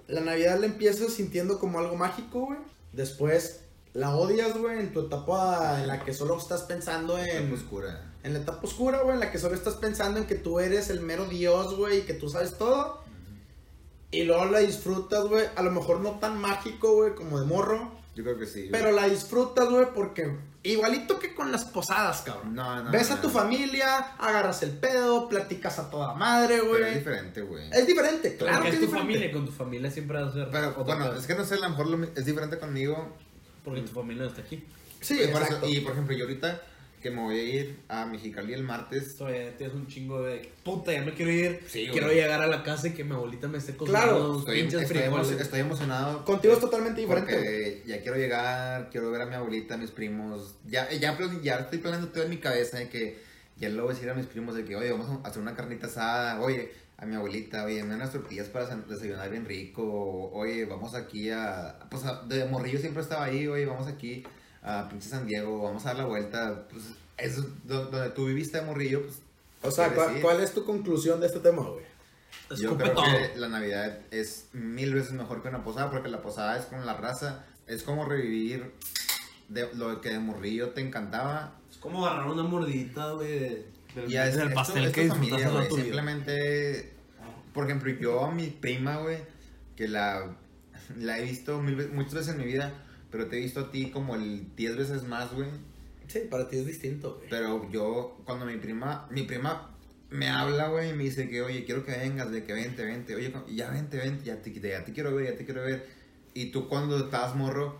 La Navidad la empiezas sintiendo como algo mágico, güey. Después la odias, güey, en tu etapa en la que solo estás pensando en... Etapa oscura. En la etapa oscura, güey, en la que solo estás pensando en que tú eres el mero Dios, güey, y que tú sabes todo. Uh-huh. Y luego la disfrutas, güey, a lo mejor no tan mágico, güey, como de morro. Yo creo que sí. Güey. Pero la disfrutas, güey, porque igualito que con las posadas, cabrón. No, no. Ves no, a tu no. familia, agarras el pedo, platicas a toda madre, güey. Pero es diferente, güey. Es diferente, claro. Porque que es tu diferente. familia, con tu familia siempre vas a ser. Pero bueno, es que no sé, a lo mejor lo, es diferente conmigo. Porque tu familia no está aquí. Sí, y, por exacto. eso, y por ejemplo, yo ahorita que me voy a ir a Mexicali el martes. Todavía tienes un chingo de. Puta, ya me quiero ir. Sí, quiero güey. llegar a la casa y que mi abuelita me esté cocinando Claro, unos Estoy, pinches estoy, frijoles. emo- estoy emocionado. Contigo es totalmente diferente. güey. Porque ya quiero llegar, quiero ver a mi abuelita, a mis primos. Ya, ya, plan- ya estoy planeando todo en mi cabeza de que ya le voy a decir a mis primos de que, oye, vamos a hacer una carnita asada. Oye, a mi abuelita, oye, me unas tortillas para san- desayunar bien rico. Oye, vamos aquí a. Pues a- de morrillo siempre estaba ahí. Oye, vamos aquí a pinche San Diego. Vamos a dar la vuelta. Pues eso, do- donde tú viviste de morrillo, pues. O sea, ¿quieres ¿cuál, ir? cuál es tu conclusión de este tema, güey? Yo Escupe creo todo. que la Navidad es mil veces mejor que una posada porque la posada es con la raza, es como revivir de lo que de morrillo te encantaba. Es como agarrar una mordidita, güey, de- del, Y es, del esto- pastel esto que es familia, disfrutaste toda güey. tu vida. Simplemente, por ejemplo, yo a mi prima, güey, que la, la he visto mil ve- muchas veces en mi vida, pero te he visto a ti como el diez veces más, güey. Sí, para ti es distinto, güey. Pero yo, cuando mi prima, mi prima me habla, güey, y me dice que, oye, quiero que vengas, de que vente, vente, oye, ya vente, vente, ya te, ya te quiero ver, ya te quiero ver. Y tú cuando estabas morro,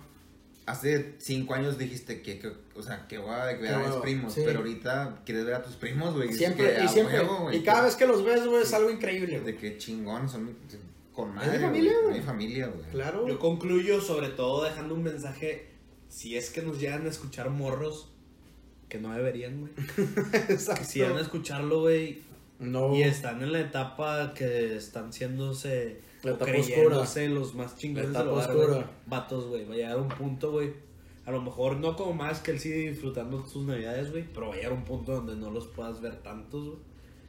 hace cinco años dijiste que, que o sea, que voy a ver a mis huevo, primos, sí. pero ahorita quieres ver a tus primos, güey. Siempre, que y a siempre. huevo, güey, y cada que- vez que los ves, güey, es algo increíble, De güey. que chingón, son mi- con mi madre, familia, güey. güey. Mi familia, güey. Claro. Yo concluyo sobre todo dejando un mensaje, si es que nos llegan a escuchar morros, que no deberían, güey. Exacto. Si van a escucharlo, güey, No. y están en la etapa que están siéndose, La o etapa creyéndose los más chingones La del etapa hogar, güey. oscura. Vatos, güey, va a llegar un punto, güey. A lo mejor no como más que él sigue disfrutando sus navidades, güey, pero va a llegar un punto donde no los puedas ver tantos, güey.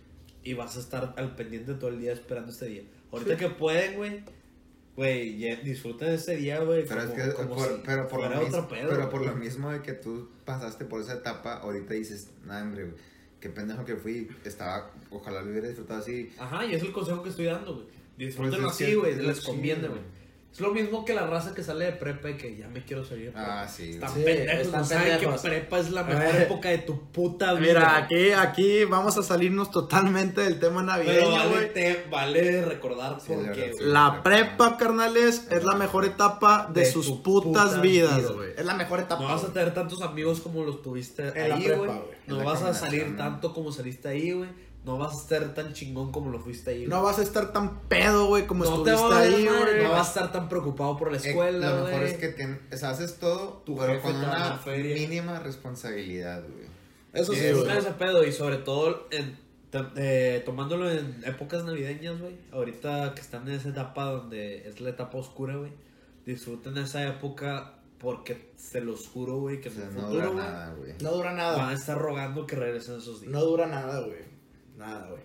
Y vas a estar al pendiente todo el día esperando este día. Ahorita Sí. que pueden, güey, güey, ya disfruten de ese día, güey. Pero como- es que, como por, si pero, por fuera lo mismo, otro pedo, pero por güey. lo mismo de que tú pasaste por esa etapa, ahorita dices, nah, hombre, güey, qué pendejo que fui, estaba, ojalá lo hubiera disfrutado así. Ajá, y es el consejo que estoy dando, güey. Disfrútenlo Pues es así, que güey, es lo les chido, conviene, güey. güey. Es lo mismo que la raza que sale de prepa y que ya me quiero salir de prepa. Ah, sí, Están Sí, pendejos, están no saben que pendejos. prepa es la mejor Eh. época de tu puta vida. Mira, güey. aquí, aquí vamos a salirnos totalmente del tema Pero navideño, vale, güey. te- vale recordar Sí, la porque, verdad, sí. güey, La prepa, carnales, es la mejor etapa de, De sus tu putas puta vidas, vida. güey. Es la mejor etapa. no vas a güey. tener tantos amigos como los tuviste En la ahí, prepa, güey. güey. No En la vas a salir combinación, ¿no? tanto como saliste ahí, güey. No vas a estar tan chingón como lo fuiste ahí, No güey. vas a estar tan pedo, güey, como No te estuviste va a valer ahí, madre, güey. no vas a estar tan preocupado por la Eh, escuela, lo mejor güey. es que ten- o sea, haces todo, Tu pero jefe con te da una la feria. mínima responsabilidad, güey. Eso sí, Es güey. ese pedo y sobre todo en, te- eh, tomándolo en épocas navideñas, güey. Ahorita que están en esa etapa donde es la etapa oscura, güey. Disfruten esa época porque se los juro, güey, que O en sea, el no futuro, dura güey, nada, güey. No dura van nada. a estar rogando que regresen esos días. No dura nada, güey. Nada, güey.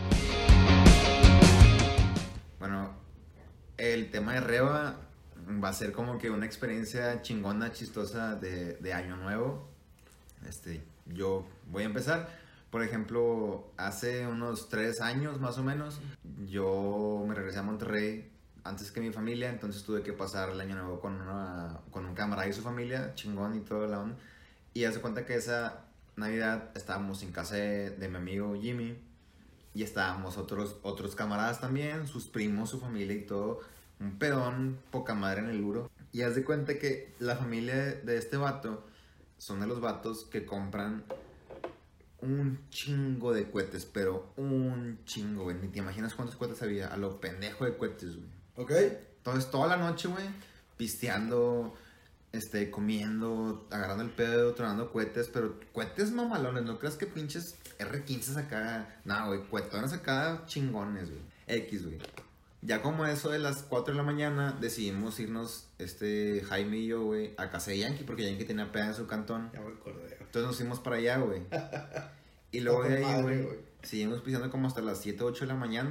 Bueno, el tema de Reba va a ser como que una experiencia chingona, chistosa de, de Año Nuevo. Este, yo voy a empezar. Por ejemplo, hace unos tres años más o menos, yo me regresé a Monterrey antes que mi familia, entonces tuve que pasar el Año Nuevo con, una, con un camarada y su familia, chingón y toda la onda. Y hace cuenta que esa Navidad estábamos en casa de, de mi amigo Jimmy. Y estábamos otros, otros camaradas también, sus primos, su familia y todo. Un pedón, poca madre en el Uro. Y haz de cuenta que la familia de, de este vato son de los vatos que compran un chingo de cohetes, pero un chingo, güey. Ni te imaginas cuántos cohetes había. A lo pendejo de cohetes, güey. ¿Ok? Entonces toda la noche, güey, pisteando, este, comiendo, agarrando el pedo, tronando cohetes, pero cohetes mamalones, no creas que pinches erre quince acá, no, güey, cohetones acá chingones, güey, X, güey. Ya como eso de las cuatro de la mañana, decidimos irnos, este, Jaime y yo, güey, a casa de Yankee, porque Yankee tenía peda en su cantón. Ya me acordé. Entonces nos fuimos para allá, güey. Y luego de Está con ahí, madre, güey, güey. seguimos pisando como hasta las siete, ocho de la mañana.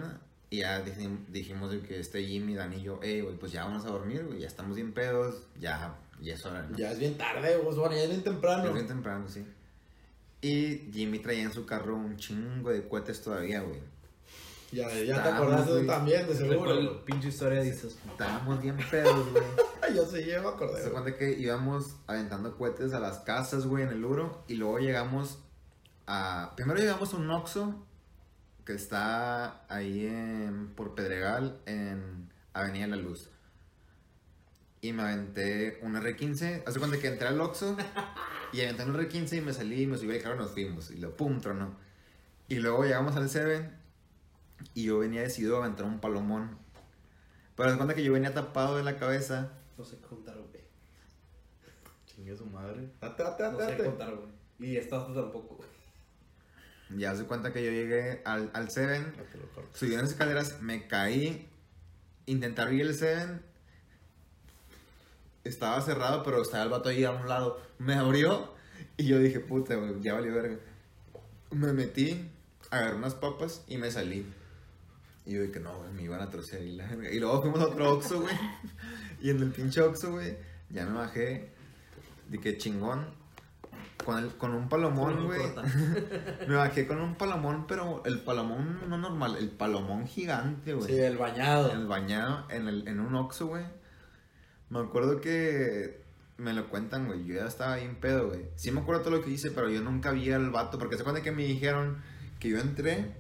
Y ya dijim- dijimos de que este Jimmy, Dani y yo, hey, güey, pues ya vamos a dormir, güey, ya estamos bien pedos, ya, ya es hora, ¿no? Ya es bien tarde, pues bueno, ya es bien temprano. Es bien temprano, sí. Y Jimmy traía en su carro un chingo de cohetes todavía, güey. Ya, ya te Estábamos, acordaste güey. tú también, de seguro. ¿Cuál güey. pinche historia dices? Estábamos bien pedos, güey. Yo sí, ya me acordé. Se güey. cuenta que íbamos aventando cohetes a las casas, güey, en el Uro. Y luego llegamos a... Primero llegamos a un Oxxo que está ahí en, por Pedregal, en Avenida La Luz. Y me aventé un erre quince. Hace cuenta que entré al Oxxo y aventé un erre quince y me salí y me subí al carro y nos fuimos. Y lo pum, tronó. Y luego llegamos al Seven y yo venía decidido a aventar un palomón. Pero se cuenta que yo venía tapado de la cabeza. No sé contar, güey. Chingue su madre. Date, date, No date, sé date. contar, güey. Y esta tampoco, güey. Ya se cuenta que yo llegué al, al Seven, No te lo corto. subí unas escaleras, me caí, intenté abrir el Seven, estaba cerrado, pero estaba el vato ahí a un lado. Me abrió y yo dije, puta, güey, ya valió verga. Me metí, agarré unas papas y me salí. Y yo dije, no, güey, me iban a trocear y la verga. Y luego fuimos a otro Oxxo, güey. Y en el pinche Oxxo, güey, ya me bajé. De que chingón. Con, el, con un palomón, No, güey. corta. Me bajé con un palomón, pero el palomón no normal, el palomón gigante, güey. Sí, el bañado. En el bañado, en, el, en un Oxxo, güey. Me acuerdo que me lo cuentan, güey. Yo ya estaba bien pedo, güey. Sí me acuerdo todo lo que hice, pero yo nunca vi al vato. Porque se cuenta que me dijeron que yo entré,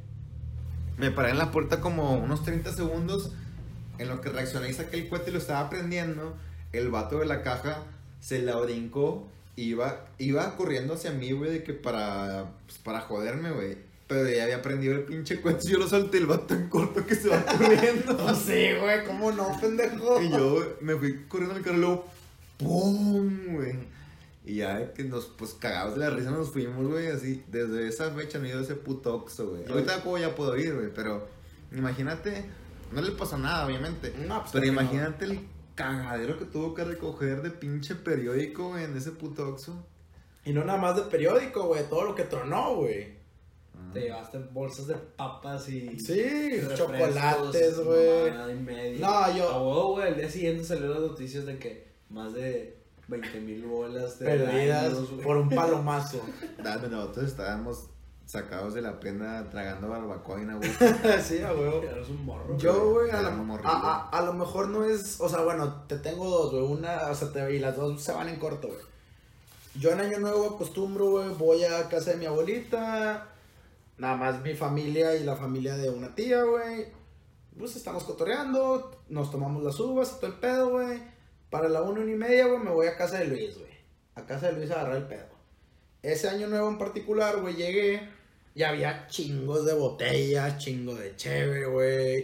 me paré en la puerta como unos treinta segundos. En lo que reaccioné y saqué el cohete y lo estaba prendiendo. El vato de la caja se la brincó. Iba, iba corriendo hacia mí, güey, de que para, pues, para joderme, güey. Pero ya había prendido el pinche cohete. Yo lo solté, el vato tan corto que se va corriendo. No sé, güey, ¿cómo no, pendejo? Y yo, güey, me fui corriendo al carro y luego, ¡pum! Güey. Y ya que nos, pues, cagados de la risa nos fuimos, güey, así. Desde esa fecha no he ido a ese puto Oxxo, güey. Ahorita puedo, ya puedo ir, güey, pero imagínate, no le pasó nada, obviamente. No, pues, Pero claro que imagínate el cagadero que tuvo que recoger de pinche periódico, güey, en ese puto Oxxo. Y no nada más de periódico, güey, todo lo que tronó, güey. Te llevaste bolsas de papas y... Sí, refrescos, chocolates, güey. mamada y media. No, yo- A huevo, güey, el día siguiente salió las noticias de que más de veinte mil bolas de Perdidas daños, güey. por un palomazo. Dame, nosotros estábamos sacados de la pena tragando barbacoa y una güey. Sí, a huevo. Eres un morro. Yo, güey, a, Era lo- un morrillo. a, a, a lo mejor no es, o sea, bueno, te tengo dos, güey, una, o sea, te, y las dos se van en corto, güey. Yo en Año Nuevo acostumbro, güey, voy a casa de mi abuelita, nada más mi familia y la familia de una tía, güey. Pues estamos cotorreando, nos tomamos las uvas y todo el pedo, güey. Para la una, una y media, güey, me voy a casa de Luis, güey. A casa de Luis a agarrar el pedo. Ese Año Nuevo en particular, güey, llegué y había chingos de botellas, chingos de cheve, güey.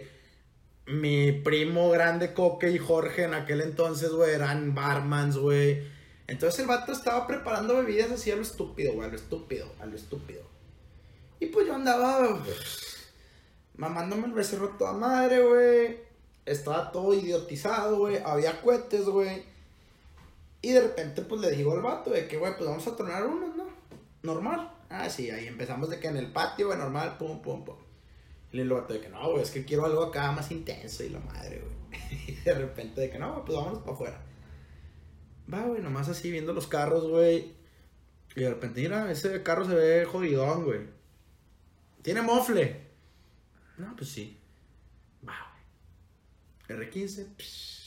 Mi primo grande, Coque y Jorge, en aquel entonces, güey, eran barmans, güey. Entonces el vato estaba preparando bebidas así a lo estúpido, güey, a lo estúpido, a lo estúpido. Y pues yo andaba pues, mamándome el becerro toda madre, güey. Estaba todo idiotizado, güey. Había cohetes, güey. Y de repente, pues le digo al vato de que, güey, pues vamos a tronar unos, ¿no? Normal. Ah, sí, ahí empezamos de que en el patio, güey, normal, pum, pum, pum. Y le digo al vato de que no, güey, es que quiero algo acá más intenso y la madre, güey. Y de repente de que no, güey, pues vámonos para afuera. Va, güey, nomás así viendo los carros, güey. Y de repente, mira, ese carro se ve jodidón, güey. ¿Tiene mofle? No, pues sí. Va, güey. erre quince. Psh.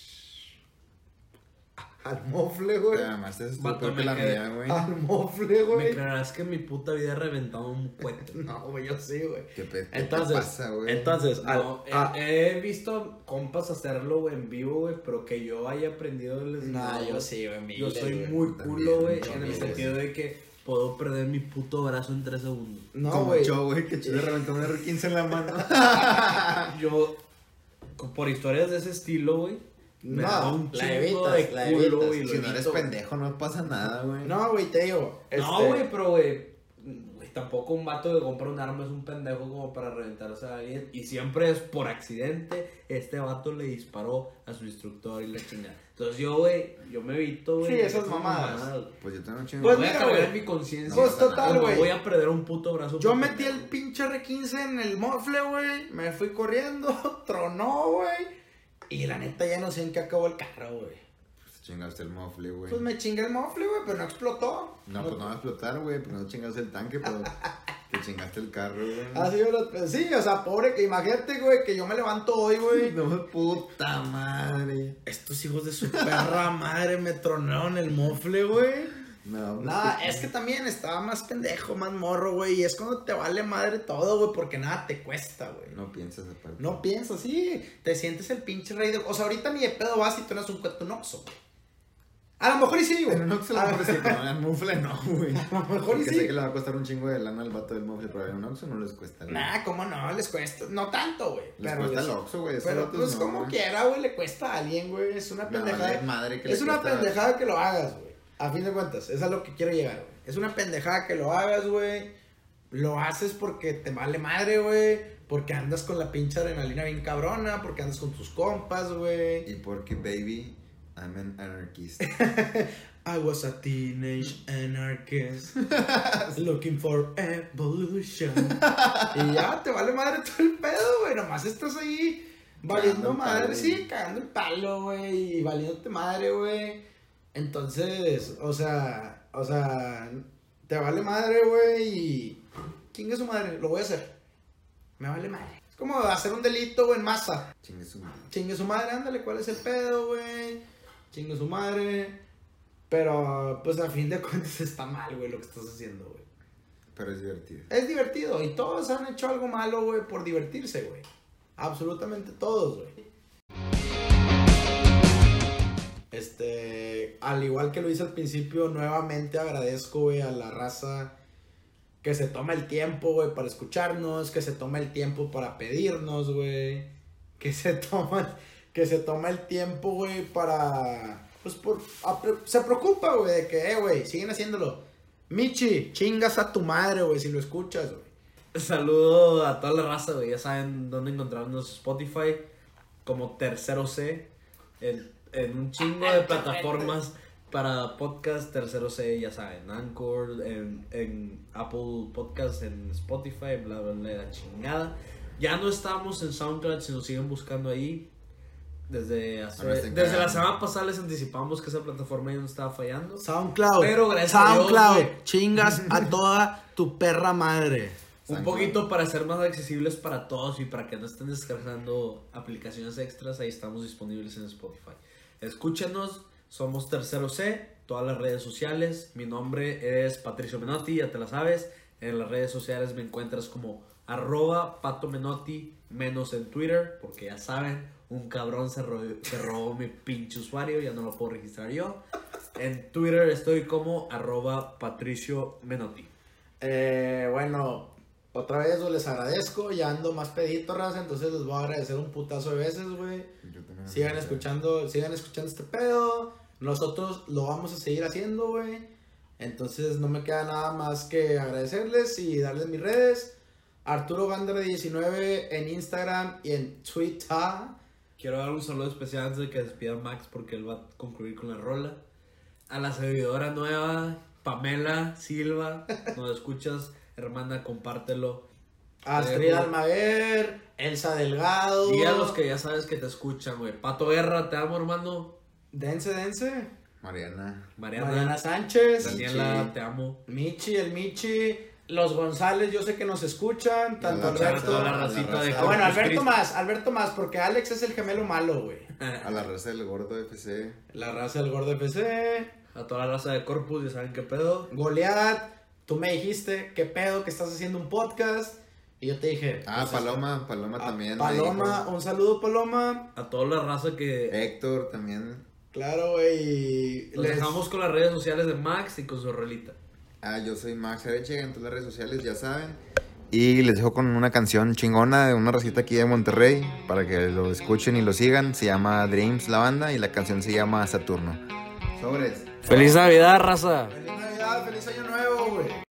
Al mofle, güey. Además, es Vato, peor que me la quedé- mía, güey. Al mofle, Me güey. creerás que en mi puta vida he reventado un cohete. No, güey, yo sí, güey. ¿Qué, pe- qué Entonces, te pasa, güey? entonces, al- No, he, ah, he visto compas hacerlo, güey, en vivo, güey, pero que yo haya aprendido les no, yo sí, güey. Yo miles, soy güey. muy culo, güey, También, en el miles. sentido de que puedo perder mi puto brazo en tres segundos. No, Como güey. yo, güey, que chile reventó un erre quince en la mano. Yo, co- por historias de ese estilo, güey, me No, daba un la chingo evitas, de la culo, evitas. y lo Si no eres evito, güey. pendejo, no pasa nada, güey. No, güey, te digo. No, este, güey, pero, güey, güey, tampoco un vato que compra un arma es un pendejo como para reventarse a alguien. Y siempre es por accidente. Este vato le disparó a su instructor y la chingada. Entonces yo, güey, yo me evito, güey. Sí, esas mamadas. Pues yo tengo un chingo. Pues Voy a mira, cargar güey. en mi conciencia. Pues total, Como güey. voy a perder un puto brazo. Yo por metí pendejo. el pinche R quince en el mofle, güey. Me fui corriendo, tronó, güey. Y la neta ya no sé en qué acabó el carro, güey. Pues chingaste el mofle, güey. Pues me chingué el mofle, güey, pero no explotó. No, pues no va a explotar, güey, porque no chingaste el tanque, pero te chingaste el carro, güey. Ah, sí, pero- sí, o sea, pobre, que imagínate, güey, que yo me levanto hoy, güey. No, puta madre. Estos hijos de su perra madre me tronaron el mofle, güey. No, Nada, es que también estaba más pendejo, más morro, güey. Y es cuando te vale madre todo, güey, porque nada te cuesta, güey. No piensas aparte. No piensas, sí. Te sientes el pinche rey de... O sea, ahorita ni de pedo vas y tú no es un cuento noxo, güey. A lo mejor y sí, güey. Pero no se lo A- pones que con el mufle, no, güey. A lo mejor y Porque sí. sé que le va a costar un chingo de lana al vato del mufle, pero en un Oxxo no les cuesta, güey. Nah, ¿cómo no? Les cuesta. No tanto, güey. Les Pero cuesta les- el Oxxo, güey. esos Pero vatos pues no, como güey. quiera, güey, le cuesta a alguien, güey. Es una Me pendejada. vale madre que le es una cuesta- pendejada que lo hagas, güey. A fin de cuentas, es a lo que quiero llegar, güey. Es una pendejada que lo hagas, güey. Lo haces porque te vale madre, güey. Porque andas con la pinche adrenalina bien cabrona. Porque andas con tus compas, güey. Y porque, baby, I'm an anarchist. I was a teenage anarchist looking for evolution. Y ya, te vale madre todo el pedo, güey. Nomás estás ahí valiendo Cagando el madre, palo, sí, güey. cagando el palo, güey. Y valiéndote madre, güey. Entonces, o sea, o sea, te vale madre, güey. Y chingue su madre, lo voy a hacer. Me vale madre. Es como hacer un delito, güey, en masa. Chingue su madre. Chingue su madre, ándale, ¿cuál es el pedo, güey? Chingue su madre. Pero, pues, a fin de cuentas está mal, güey, lo que estás haciendo, güey. Pero es divertido. Es divertido y todos han hecho algo malo, güey, por divertirse, güey. Absolutamente todos, güey. Este, al igual que lo hice al principio, nuevamente agradezco, güey, a la raza que se toma el tiempo, güey, para escucharnos, que se toma el tiempo para pedirnos, güey, que se toma, que se toma el tiempo, güey, para, pues, por, a pre- se preocupa, güey, de que, eh, güey, siguen haciéndolo. Michi, chingas a tu madre, güey, si lo escuchas, güey. Saludo a toda la raza, güey. Ya saben dónde encontrarnos Spotify como Tercero C. En, en un chingo de plataformas para podcast Tercero C, ya saben. Anchor, en, en Apple Podcast, en Spotify, bla, bla, bla, la chingada. Ya no estamos en SoundCloud, si nos siguen buscando ahí. Desde, hace- No me estén desde la cagando. semana pasada les anticipamos que esa plataforma ya no estaba fallando. SoundCloud. Pero gracias a Dios, SoundCloud. güey. Chingas a toda tu perra madre. Un SoundCloud. poquito para ser más accesibles para todos y para que no estén descargando aplicaciones extras, ahí estamos disponibles en Spotify. Escúchenos, somos Tercero C, todas las redes sociales. Mi nombre es Patricio Menotti, ya te la sabes. En las redes sociales me encuentras como arroba Pato Menotti, menos en Twitter, porque ya saben, un cabrón se, ro- se robó mi pinche usuario, ya no lo puedo registrar yo. En Twitter estoy como arroba Patricio Menotti. Eh, bueno, otra vez güey, les agradezco. Ya ando más pedito, raza. Entonces les voy a agradecer un putazo de veces, güey. Yo también. Sigan escuchando, sigan escuchando este pedo. Nosotros lo vamos a seguir haciendo, güey. Entonces no me queda nada más que agradecerles y darles mis redes. Arturo Gander diecinueve en Instagram y en Twitter. Quiero dar un saludo especial antes de que despida a Max porque él va a concluir con la rola. A la seguidora nueva, Pamela Silva, nos escuchas, hermana, compártelo. Astrid Almaguer, Elsa Delgado. Y a los que ya sabes que te escuchan, güey. Pato Guerra, te amo, hermano. Dense, dense. Mariana. Mariana, Mariana Sánchez. Daniela, Michi. te amo. Michi, el Michi. Los González, yo sé que nos escuchan. Tanto la Toda Alberto. la la racita de raza. Ah, bueno, Corpus Alberto Christi. más, Alberto más, porque Alex es el gemelo malo, güey. A la raza del gordo F C. La raza del gordo F C. A toda la raza de Corpus, ya saben qué pedo. Goliat, tú me dijiste, ¿qué pedo que estás haciendo un podcast? Y yo te dije. Ah, pues, Paloma. Paloma ah, también. me Paloma, dijo. un saludo, Paloma. A toda la raza que Héctor también. Claro, güey. y los les- dejamos con las redes sociales de Max y con su rolita. Ah, yo soy Max Areche en todas las redes sociales, ya saben. Y les dejo con una canción chingona de una racita aquí de Monterrey para que lo escuchen y lo sigan. Se llama Dreams la banda y la canción se llama Saturno. Sobres. ¡Feliz Navidad, raza! Feliz Navidad, feliz año nuevo, güey.